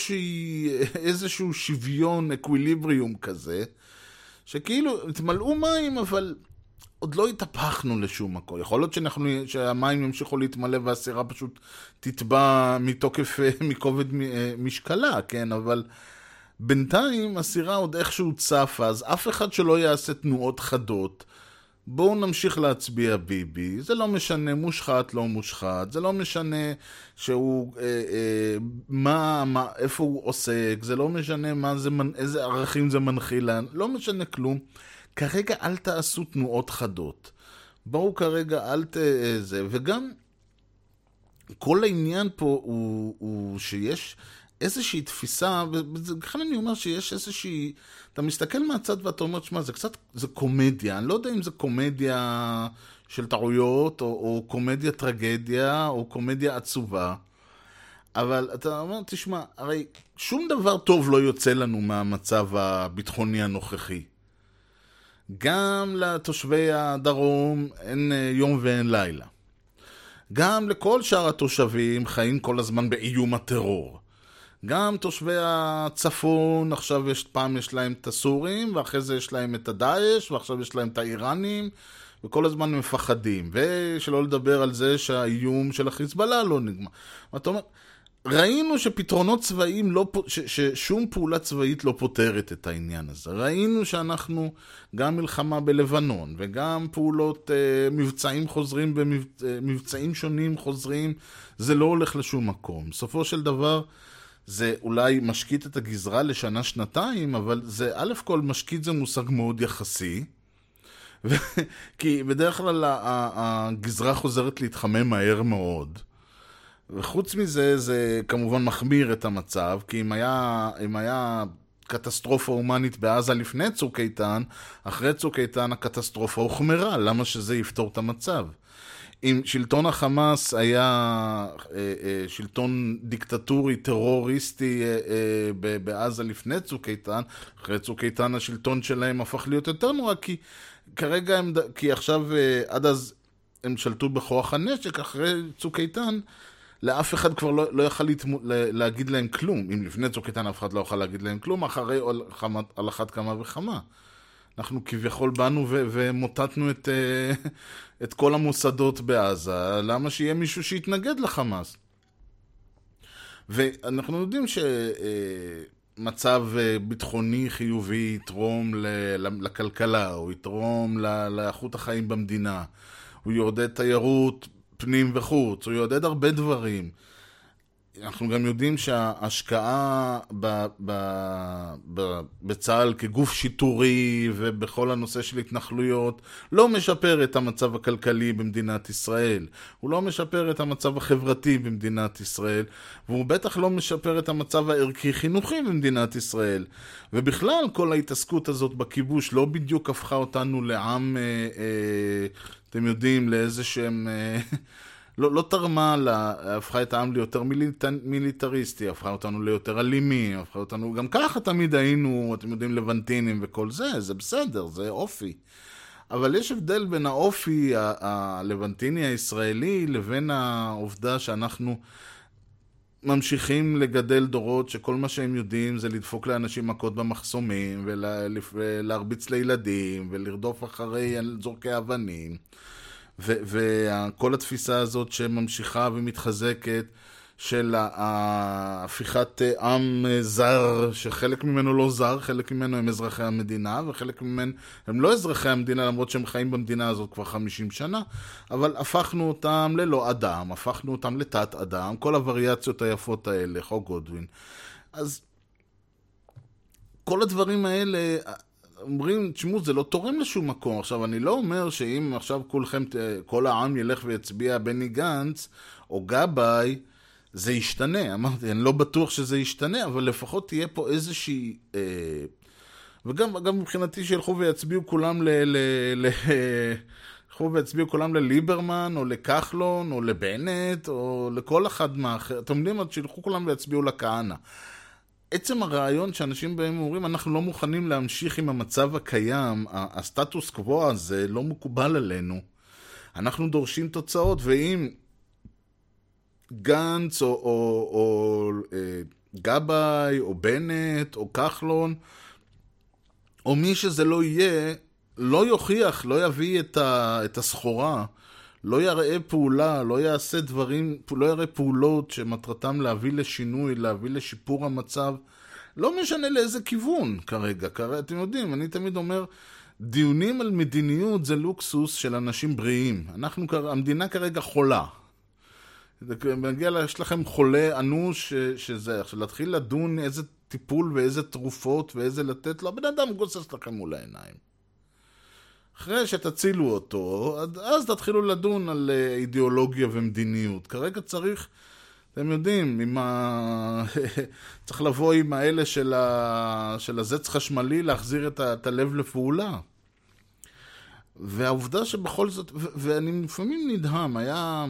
לאיזשהו שוויון, אקוויליבריום כזה, שכאילו התמלאו מים, אבל עוד לא התהפכנו לשום מקום. יכול להיות שאנחנו, שהמים ימשיכו להתמלא והסירה פשוט תטבע מתוקף, מכובד משקלה, כן? אבל בינתיים הסירה עוד איכשהו צפה, אז אף אחד שלא יעשה תנועות חדות, בואו נמשיך להצביע ביבי, זה לא משנה מושחת, לא מושחת, זה לא משנה שהוא, אה, אה, מה, מה, איפה הוא עוסק, זה לא משנה מה זה, איזה ערכים זה מנחיל, לא משנה כלום. כרגע אל תעשו תנועות חדות. בואו כרגע אל ת... זה, וגם כל העניין פה הוא, הוא שיש איזושהי תפיסה, וכאן אני אומר שיש איזושהי, אתה מסתכל מהצד ואתה אומר, שמה, זה קצת, זה קומדיה, אני לא יודע אם זה קומדיה של טעויות, או, או קומדיה טרגדיה, או קומדיה עצובה, אבל אתה אומר, תשמע, הרי שום דבר טוב לא יוצא לנו מהמצב הביטחוני הנוכחי. גם לתושבי הדרום אין יום ואין לילה. גם לכל שאר התושבים חיים כל הזמן באיום הטרור. גם תושבי הצפון, עכשיו יש, פעם יש להם את הסורים, ואחרי זה יש להם את הדאעש, ועכשיו יש להם את האיראנים, וכל הזמן הם מפחדים. ושלא לדבר על זה שהאיום של החיזבאללה לא נגמר. אתה אומר, ראינו שפתרונות צבאיים, לא, ש, ששום פעולה צבאית לא פותרת את העניין הזה. ראינו שאנחנו גם מלחמה בלבנון, וגם פעולות אה, מבצעים חוזרים, ומבצעים שונים חוזרים, זה לא הולך לשום מקום. בסופו של דבר, זה אולי משקיט את הגזרה לשנה שנתיים, אבל זה, א' כל משקיט זה מושג מאוד יחסי, כי בדרך כלל הגזרה חוזרת להתחמם מהר מאוד, וחוץ מזה זה כמובן מחמיר את המצב, כי אם היה, אם היה קטסטרופה הומנית בעזה לפני צוק איתן, אחרי צוק איתן הקטסטרופה הוחמרה, למה שזה יפתור את המצב? אם שלטון החמאס היה אה, אה, שלטון דיקטטורי, טרוריסטי אה, אה, בעזה לפני צוק איתן, אחרי צוק איתן השלטון שלהם הפך להיות יותר נורא, כי כרגע הם, כי עכשיו אה, עד אז הם שלטו בכוח הנשק, אחרי צוק איתן לאף אחד כבר לא, לא יכל להתמו, להגיד להם כלום. אם לפני צוק איתן אף אחד לא יוכל להגיד להם כלום, אחרי על, על אחת כמה וכמה. אנחנו כביכול באנו ו- ומוטטנו את, את כל המוסדות בעזה, למה שיהיה מישהו שיתנגד לחמאס? ואנחנו יודעים שמצב ביטחוני חיובי יתרום לכלכלה, הוא יתרום לאיכות החיים במדינה, הוא יעודד תיירות פנים וחוץ, הוא יעודד הרבה דברים. אנחנו גם יודעים שההשקעה ב, ב, ב, בצה"ל כגוף שיטורי ובכל הנושא של התנחלויות לא משפר את המצב הכלכלי במדינת ישראל. הוא לא משפר את המצב החברתי במדינת ישראל, והוא בטח לא משפר את המצב הערכי-חינוכי במדינת ישראל. ובכלל כל ההתעסקות הזאת בכיבוש לא בדיוק הפכה אותנו לעם, אה, אה, אתם יודעים, לאיזה שהם... אה, לא, לא תרמה, לה, הפכה את העם ליותר מיליט, מיליטריסטי, הפכה אותנו ליותר אלימים, הפכה אותנו, גם ככה תמיד היינו, אתם יודעים, לבנטינים וכל זה, זה בסדר, זה אופי. אבל יש הבדל בין האופי ה- הלבנטיני הישראלי לבין העובדה שאנחנו ממשיכים לגדל דורות שכל מה שהם יודעים זה לדפוק לאנשים מכות במחסומים ולהרביץ לילדים ולרדוף אחרי זורקי אבנים. וכל התפיסה הזאת שממשיכה ומתחזקת של הפיכת עם זר, שחלק ממנו לא זר, חלק ממנו הם אזרחי המדינה, וחלק ממנו הם לא אזרחי המדינה, למרות שהם חיים במדינה הזאת כבר חמישים שנה, אבל הפכנו אותם ללא אדם, הפכנו אותם לתת אדם, כל הווריאציות היפות האלה, חוק גודווין. אז כל הדברים האלה... אומרים, תשמעו, זה לא תורם לשום מקום. עכשיו, אני לא אומר שאם עכשיו כולכם, כל העם ילך ויצביע בני גנץ או גבאי, זה ישתנה. אמרתי, אני לא בטוח שזה ישתנה, אבל לפחות תהיה פה איזושהי... אה, וגם גם מבחינתי שילכו ויצביעו כולם ל... ל, ל איך ילכו והצביעו כולם לליברמן, או לכחלון, או לבנט, או לכל אחד מאחר. אתם יודעים, עד שילכו כולם והצביעו לכהנא. עצם הרעיון שאנשים בהם אומרים, אנחנו לא מוכנים להמשיך עם המצב הקיים, הסטטוס קוו הזה לא מקובל עלינו. אנחנו דורשים תוצאות, ואם גנץ, או, או, או אה, גבאי, או בנט, או כחלון, או מי שזה לא יהיה, לא יוכיח, לא יביא את, ה, את הסחורה, לא יראה פעולה, לא יעשה דברים, לא יראה פעולות שמטרתם להביא לשינוי, להביא לשיפור המצב, לא משנה לאיזה כיוון כרגע. כרגע אתם יודעים, אני תמיד אומר, דיונים על מדיניות זה לוקסוס של אנשים בריאים. אנחנו, המדינה כרגע חולה. מגיע לה, יש לכם חולה אנוש שזה, עכשיו להתחיל לדון איזה טיפול ואיזה תרופות ואיזה לתת לו, הבן אדם גוסס לכם מול העיניים. אחרי שתצילו אותו, אז תתחילו לדון על אידיאולוגיה ומדיניות. כרגע צריך, אתם יודעים, עם ה... צריך לבוא עם האלה של, ה... של הזץ חשמלי, להחזיר את, ה... את הלב לפעולה. והעובדה שבכל זאת, ו... ואני לפעמים נדהם, היה...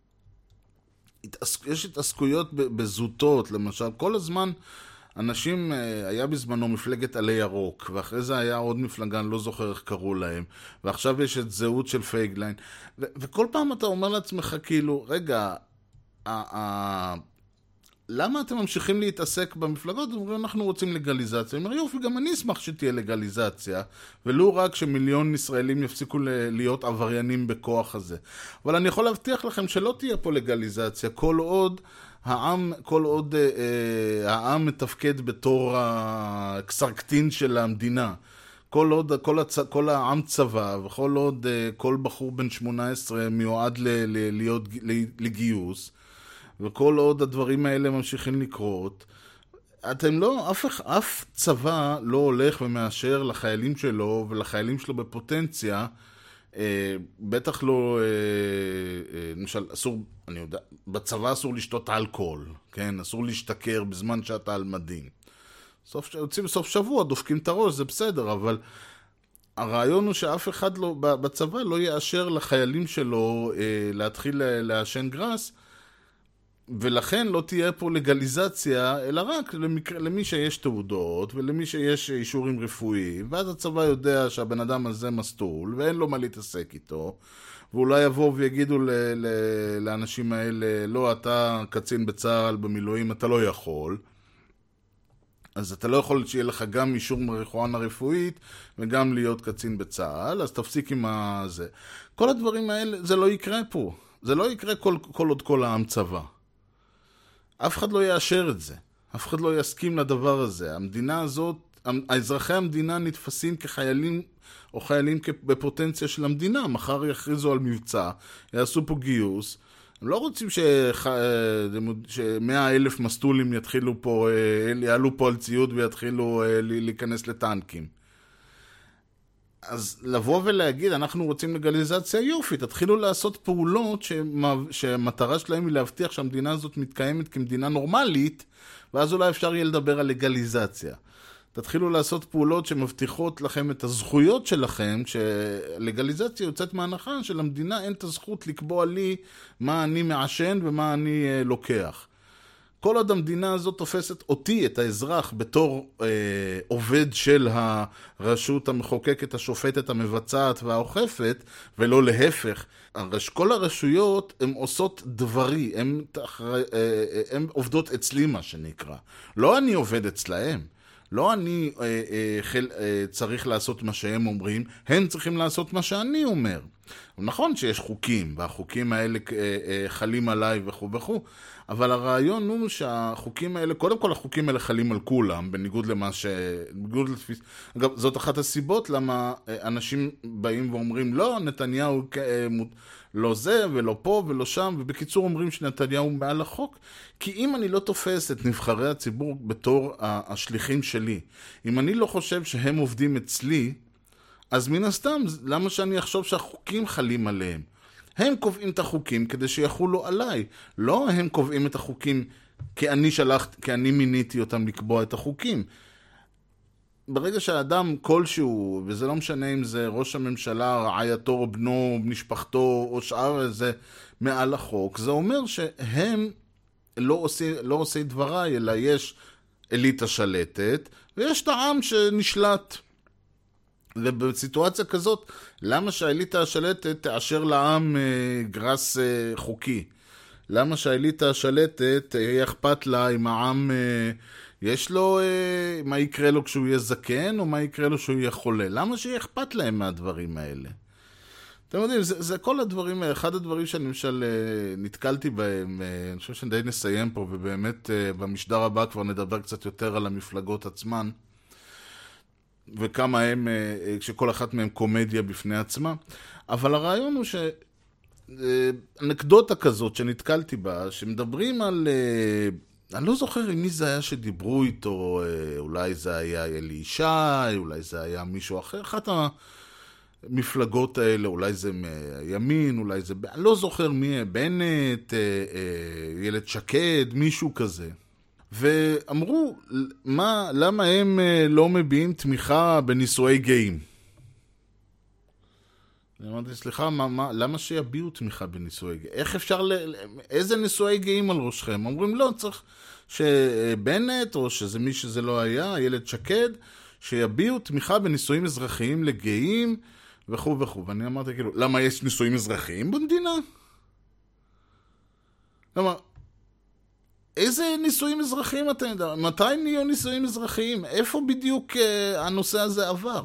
יש התעסקויות בזוטות, למשל, כל הזמן אנשים, היה בזמנו מפלגת עלי ירוק, ואחרי זה היה עוד מפלגה, אני לא זוכר איך קראו להם, ועכשיו יש את זהות של פייגליין, ו- וכל פעם אתה אומר לעצמך כאילו, רגע, ה- ה- למה אתם ממשיכים להתעסק במפלגות? אומרים, אנחנו רוצים לגליזציה. אני אומר, יופי, גם אני אשמח שתהיה לגליזציה, ולא רק שמיליון ישראלים יפסיקו להיות עבריינים בכוח הזה. אבל אני יכול להבטיח לכם שלא תהיה פה לגליזציה, כל עוד העם, כל עוד אה, העם מתפקד בתור הקסרקטין של המדינה. כל עוד, כל, הצ... כל העם צבא, וכל עוד אה, כל בחור בן שמונה עשרה מיועד ל... ל... להיות לגיוס, וכל עוד הדברים האלה ממשיכים לקרות, אתם לא, אף, אף צבא לא הולך ומאשר לחיילים שלו ולחיילים שלו בפוטנציה, אה, בטח לא, אה, אה, למשל, אסור, אני יודע, בצבא אסור לשתות אלכוהול, כן? אסור להשתכר בזמן שאתה על מדים. סוף, יוצאים בסוף שבוע, דופקים את הראש, זה בסדר, אבל הרעיון הוא שאף אחד לא, בצבא לא יאשר לחיילים שלו אה, להתחיל לעשן גרס, ולכן לא תהיה פה לגליזציה, אלא רק למקרה, למי שיש תעודות ולמי שיש אישורים רפואיים, ואז הצבא יודע שהבן אדם הזה מסטול ואין לו מה להתעסק איתו, ואולי יבואו ויגידו ל- ל- לאנשים האלה, לא, אתה קצין בצה"ל במילואים, אתה לא יכול, אז אתה לא יכול שיהיה לך גם אישור מריחואנה רפואית וגם להיות קצין בצה"ל, אז תפסיק עם זה. כל הדברים האלה, זה לא יקרה פה. זה לא יקרה כל, כל עוד כל העם צבא. אף אחד לא יאשר את זה. אף אחד לא יסכים לדבר הזה. המדינה הזאת, האזרחי המדינה נתפסים כחיילים או חיילים בפוטנציה של המדינה. מחר יכריזו על מבצע, יעשו פה גיוס. הם לא רוצים ש-מאה אלף מסטולים יתחילו פה, יעלו פה על ציוד ויתחילו להיכנס לטנקים. אז לבוא ולהגיד, אנחנו רוצים לגליזציה, יופי, תתחילו לעשות פעולות שהמטרה שלהם היא להבטיח שהמדינה הזאת מתקיימת כמדינה נורמלית, ואז אולי אפשר יהיה לדבר על לגליזציה. תתחילו לעשות פעולות שמבטיחות לכם את הזכויות שלכם, שלגליזציה יוצאת מהנחה שלמדינה אין את הזכות לקבוע לי מה אני מעשן ומה אני אה, לוקח. כל עוד המדינה הזאת תופסת אותי, את האזרח, בתור אה, עובד של הרשות המחוקקת, השופטת, המבצעת והאוכפת, ולא להפך. הרש, כל הרשויות הן עושות דברי, הן אה, עובדות אצלי מה שנקרא. לא אני עובד אצלהם. לא אני אה, אה, חל, אה, צריך לעשות מה שהם אומרים, הם צריכים לעשות מה שאני אומר. נכון שיש חוקים, והחוקים האלה אה, אה, חלים עליי וכו' וכו', אבל הרעיון הוא שהחוקים האלה, קודם כל החוקים האלה חלים על כולם, בניגוד למה ש... בניגוד לתפיס... אגב, זאת אחת הסיבות למה אנשים באים ואומרים, לא, נתניהו לא זה ולא פה ולא שם, ובקיצור אומרים שנתניהו מעל החוק, כי אם אני לא תופס את נבחרי הציבור בתור השליחים שלי, אם אני לא חושב שהם עובדים אצלי, אז מן הסתם, למה שאני אחשוב שהחוקים חלים עליהם? הם קובעים את החוקים כדי שיחולו עליי. לא הם קובעים את החוקים כי אני שלחת, כי אני מיניתי אותם לקבוע את החוקים. ברגע שהאדם כלשהו, וזה לא משנה אם זה ראש הממשלה, רעייתו, או בנו, משפחתו, או שאר זה מעל החוק, זה אומר שהם לא עושים, לא עושים דבריי, אלא יש אליטה שלטת, ויש את העם שנשלט. ובסיטואציה כזאת, למה שהאליטה השלטת תאשר לעם אה, גרס אה, חוקי? למה שהאליטה השלטת יהיה אכפת לה אם העם אה, יש לו, אה, מה יקרה לו כשהוא יהיה זקן, או מה יקרה לו כשהוא יהיה חולה? למה שיהיה אכפת להם מהדברים האלה? אתם יודעים, זה, זה כל הדברים, אחד הדברים שאני למשל נתקלתי בהם, אני חושב שדי נסיים פה, ובאמת במשדר הבא כבר נדבר קצת יותר על המפלגות עצמן, וכמה הם, כשכל אחת מהם קומדיה בפני עצמה. אבל הרעיון הוא שאנקדוטה כזאת שנתקלתי בה, שמדברים על, אני לא זוכר עם מי זה היה שדיברו איתו, אולי זה היה אלי ישי, אולי זה היה מישהו אחר, אחת ה... מפלגות האלה, אולי זה ימין, אולי זה... אני לא זוכר מי, בנט, ילד שקד, מישהו כזה. ואמרו, מה, למה הם לא מביעים תמיכה בנישואי גאים? אני אמרתי, סליחה, מה, מה, למה שיביעו תמיכה בנישואי גאים? איך אפשר, ל... איזה נישואי גאים על ראשכם? אומרים, לא, צריך שבנט, או שזה מי שזה לא היה, ילד שקד, שיביעו תמיכה בנישואים אזרחיים לגאים, וכו' וכו'. ואני אמרתי כאילו, למה יש נישואים אזרחיים במדינה? למה, איזה נישואים אזרחיים אתם יודעים? מתי נהיו נישואים אזרחיים? איפה בדיוק אה, הנושא הזה עבר?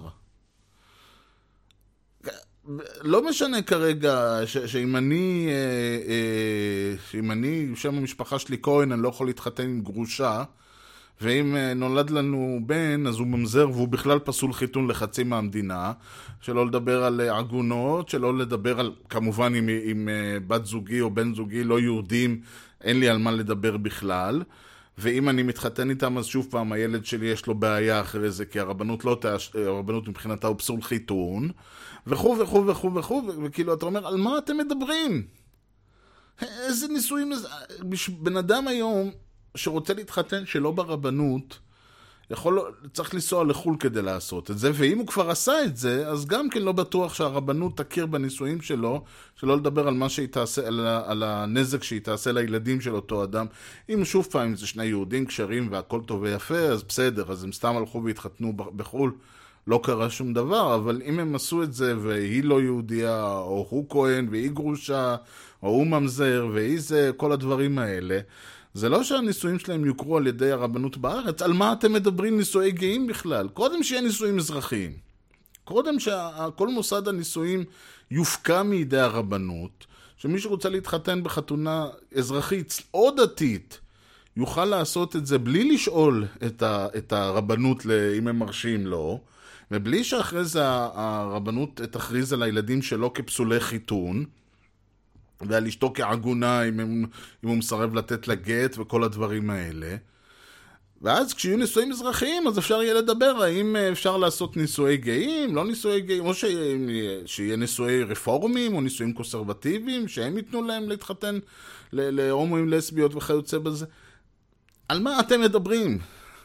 לא משנה כרגע ש- שאם אני, אה, אה, שאם אני, שם המשפחה שלי כהן, אני לא יכול להתחתן עם גרושה, ואם נולד לנו בן, אז הוא ממזר, והוא בכלל פסול חיתון לחצי מהמדינה, שלא לדבר על עגונות, שלא לדבר על, כמובן, אם, אם בת זוגי או בן זוגי לא יהודים, אין לי על מה לדבר בכלל, ואם אני מתחתן איתם, אז שוב פעם, הילד שלי יש לו בעיה אחרי זה, כי הרבנות לא תאש... הרבנות מבחינתה הוא פסול חיתון, וכו' וכו' וכו' וכו', וכאילו, אתה אומר, על מה אתם מדברים? איזה נישואים, בן אדם היום, שרוצה להתחתן שלא ברבנות, יכול, צריך לנסוע לחול כדי לעשות את זה, ואם הוא כבר עשה את זה, אז גם כן לא בטוח שהרבנות תכיר בנישואים שלו, שלא לדבר על מה שהיא תעשה, על, על הנזק שהיא תעשה לילדים של אותו אדם. אם שוב פעם זה שני יהודים קשרים והכל טוב ויפה, אז בסדר, אז הם סתם הלכו והתחתנו בחול, לא קרה שום דבר, אבל אם הם עשו את זה והיא לא יהודיה, או הוא כהן והיא גרושה, או הוא ממזר, והיא זה, כל הדברים האלה, זה לא שהנישואים שלהם יוכרו על ידי הרבנות בארץ, על מה אתם מדברים נישואי גאים בכלל? קודם שיהיה נישואים אזרחיים. קודם שכל מוסד הנישואים יופקע מידי הרבנות, שמי שרוצה להתחתן בחתונה אזרחית או דתית, יוכל לעשות את זה בלי לשאול את, ה, את הרבנות אם הם מרשים לו, ובלי שאחרי זה הרבנות תכריז על הילדים שלו כפסולי חיתון, ועל אשתו כעגונה אם, אם הוא מסרב לתת לה גט וכל הדברים האלה. ואז כשיהיו נישואים אזרחיים, אז אפשר יהיה לדבר האם אפשר לעשות נישואי גאים, לא נישואי גאים, או שיהיה נישואי רפורמים או נישואים קונסרבטיביים, שהם ייתנו להם להתחתן להומואים, לסביות וכיוצא בזה. על מה אתם מדברים?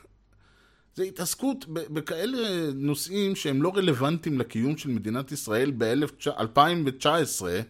זה התעסקות בכאלה נושאים שהם לא רלוונטיים לקיום של מדינת ישראל ב-אלפיים תשע עשרה,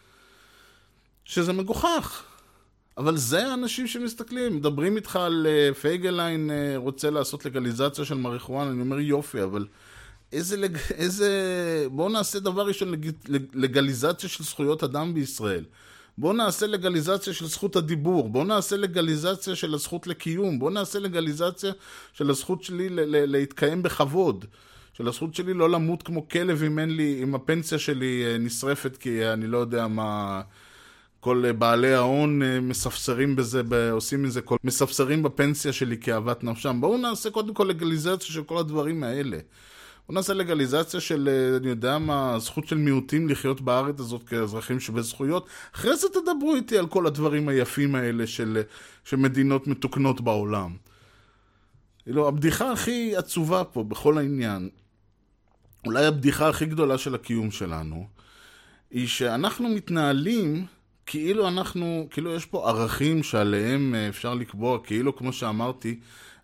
שזה מגוחך. אבל זה האנשים שמסתכלים, מדברים איתך על פייגליין רוצה לעשות לגליזציה של מריחואנה, אני אומר יופי, אבל איזה, לג... איזה... בואו נעשה דבר ראשון לג... לגליזציה של זכויות אדם בישראל. בואו נעשה לגליזציה של זכות הדיבור, בואו נעשה לגליזציה של הזכות לקיום, בואו נעשה לגליזציה של הזכות שלי ל... ל... להתקיים בכבוד, של הזכות שלי לא למות כמו כלב אם אין לי, אם הפנסיה שלי נשרפת, כי אני לא יודע מה... כל בעלי ההון מספסרים בזה, עושים מזה, כל מספסרים בפנסיה שלי כאהבת נפשם. בואו נעשה קודם כל לגליזציה של כל הדברים האלה. בואו נעשה לגליזציה של, אני יודע מה, הזכות של מיעוטים לחיות בארץ הזאת כאזרחים שווה זכויות. אחרי זה תדברו איתי על כל הדברים היפים האלה של, של מדינות מתוקנות בעולם. אלו, הבדיחה הכי עצובה פה בכל העניין, אולי הבדיחה הכי גדולה של הקיום שלנו, היא שאנחנו מתנהלים כאילו אנחנו, כאילו יש פה ערכים שעליהם אפשר לקבוע, כאילו כמו שאמרתי,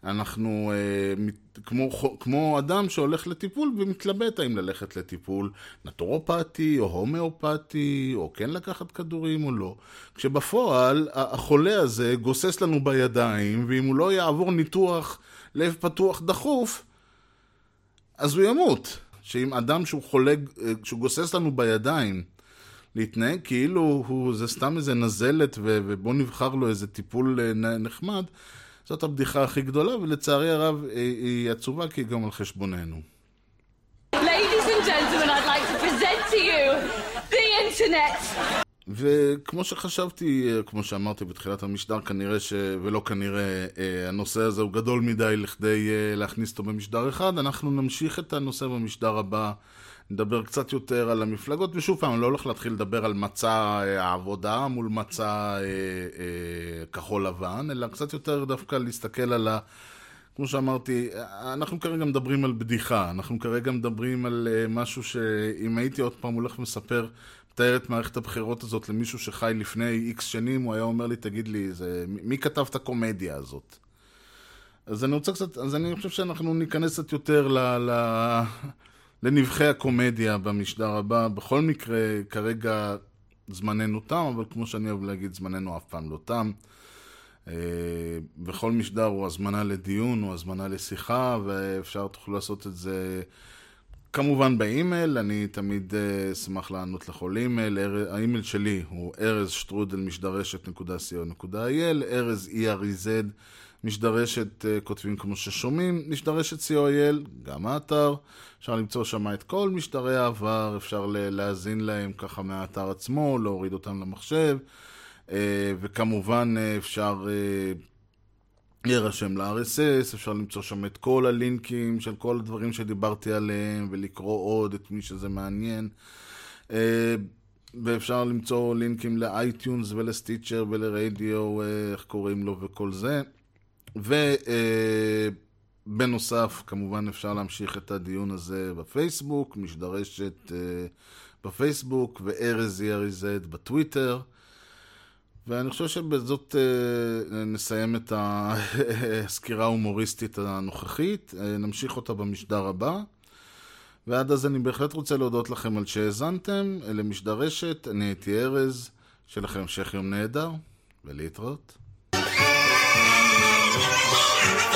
אנחנו אה, מת, כמו, כמו אדם שהולך לטיפול ומתלבט האם ללכת לטיפול נטורופתי או הומאופתי או כן לקחת כדורים או לא. כשבפועל החולה הזה גוסס לנו בידיים, ואם הוא לא יעבור ניתוח לב פתוח דחוף, אז הוא ימות. שאם אדם שהוא חולה, שהוא גוסס לנו בידיים, להתנהג כאילו הוא, זה סתם איזה נזלת ובוא נבחר לו איזה טיפול נחמד, זאת הבדיחה הכי גדולה, ולצערי הרב היא עצובה כי היא גם על חשבוננו. Ladies and gentlemen, I'd like to present to you the internet. וכמו שחשבתי, כמו שאמרתי בתחילת המשדר, כנראה ש... ולא כנראה, הנושא הזה הוא גדול מדי לכדי להכניס אותו במשדר אחד. אנחנו נמשיך את הנושא במשדר הבא, נדבר קצת יותר על המפלגות, ושוב פעם, אני לא הולך להתחיל לדבר על מצע העבודה מול מצע אה, אה, כחול לבן, אלא קצת יותר דווקא להסתכל על ה... כמו שאמרתי, אנחנו כרגע מדברים על בדיחה, אנחנו כרגע מדברים על משהו שאם הייתי עוד פעם הולך ומספר, מתאר את מערכת הבחירות הזאת למישהו שחי לפני איקס שנים, הוא היה אומר לי, תגיד לי, זה, מי כתב את הקומדיה הזאת? אז אני רוצה קצת, אז אני חושב שאנחנו ניכנס קצת יותר ל... ל לנבחי הקומדיה במשדר הבא. בכל מקרה, כרגע זמננו תם, אבל כמו שאני אוהב להגיד, זמננו אף פעם לא תם. בכל משדר הוא הזמנה לדיון, הוא הזמנה לשיחה, ואפשר תוכלו לעשות את זה כמובן באימייל. אני תמיד אשמח לענות לכל אימייל. האימייל שלי הוא ארז שטרודל משדרשת נקודה סי או נקודה איי אל, ארז אי אר אי זד, משדרשת כותבים כמו ששומעים, משדרשת סי או איי אל, גם האתר, אפשר למצוא שם את כל משדרי העבר, אפשר להאזין להם ככה מהאתר עצמו, להוריד אותם למחשב, וכמובן אפשר להירשם ל-אר אס אס, אפשר למצוא שם את כל הלינקים של כל הדברים שדיברתי עליהם, ולקרוא עוד את מי שזה מעניין, ואפשר למצוא לינקים לאייטיונס ולסטיצ'ר ולרדיו, איך קוראים לו וכל זה. ובנוסף, כמובן אפשר להמשיך את הדיון הזה בפייסבוק, משדרשת בפייסבוק, וארז אי אר אי זד בטוויטר. ואני חושב שבזאת נסיים את הסקירה ההומוריסטית הנוכחית, נמשיך אותה במשדר הבא. ועד אז אני בהחלט רוצה להודות לכם על שהאזנתם, אלה משדרשת, אני הייתי ארז, שלכם המשך יום נהדר, ולהתראות.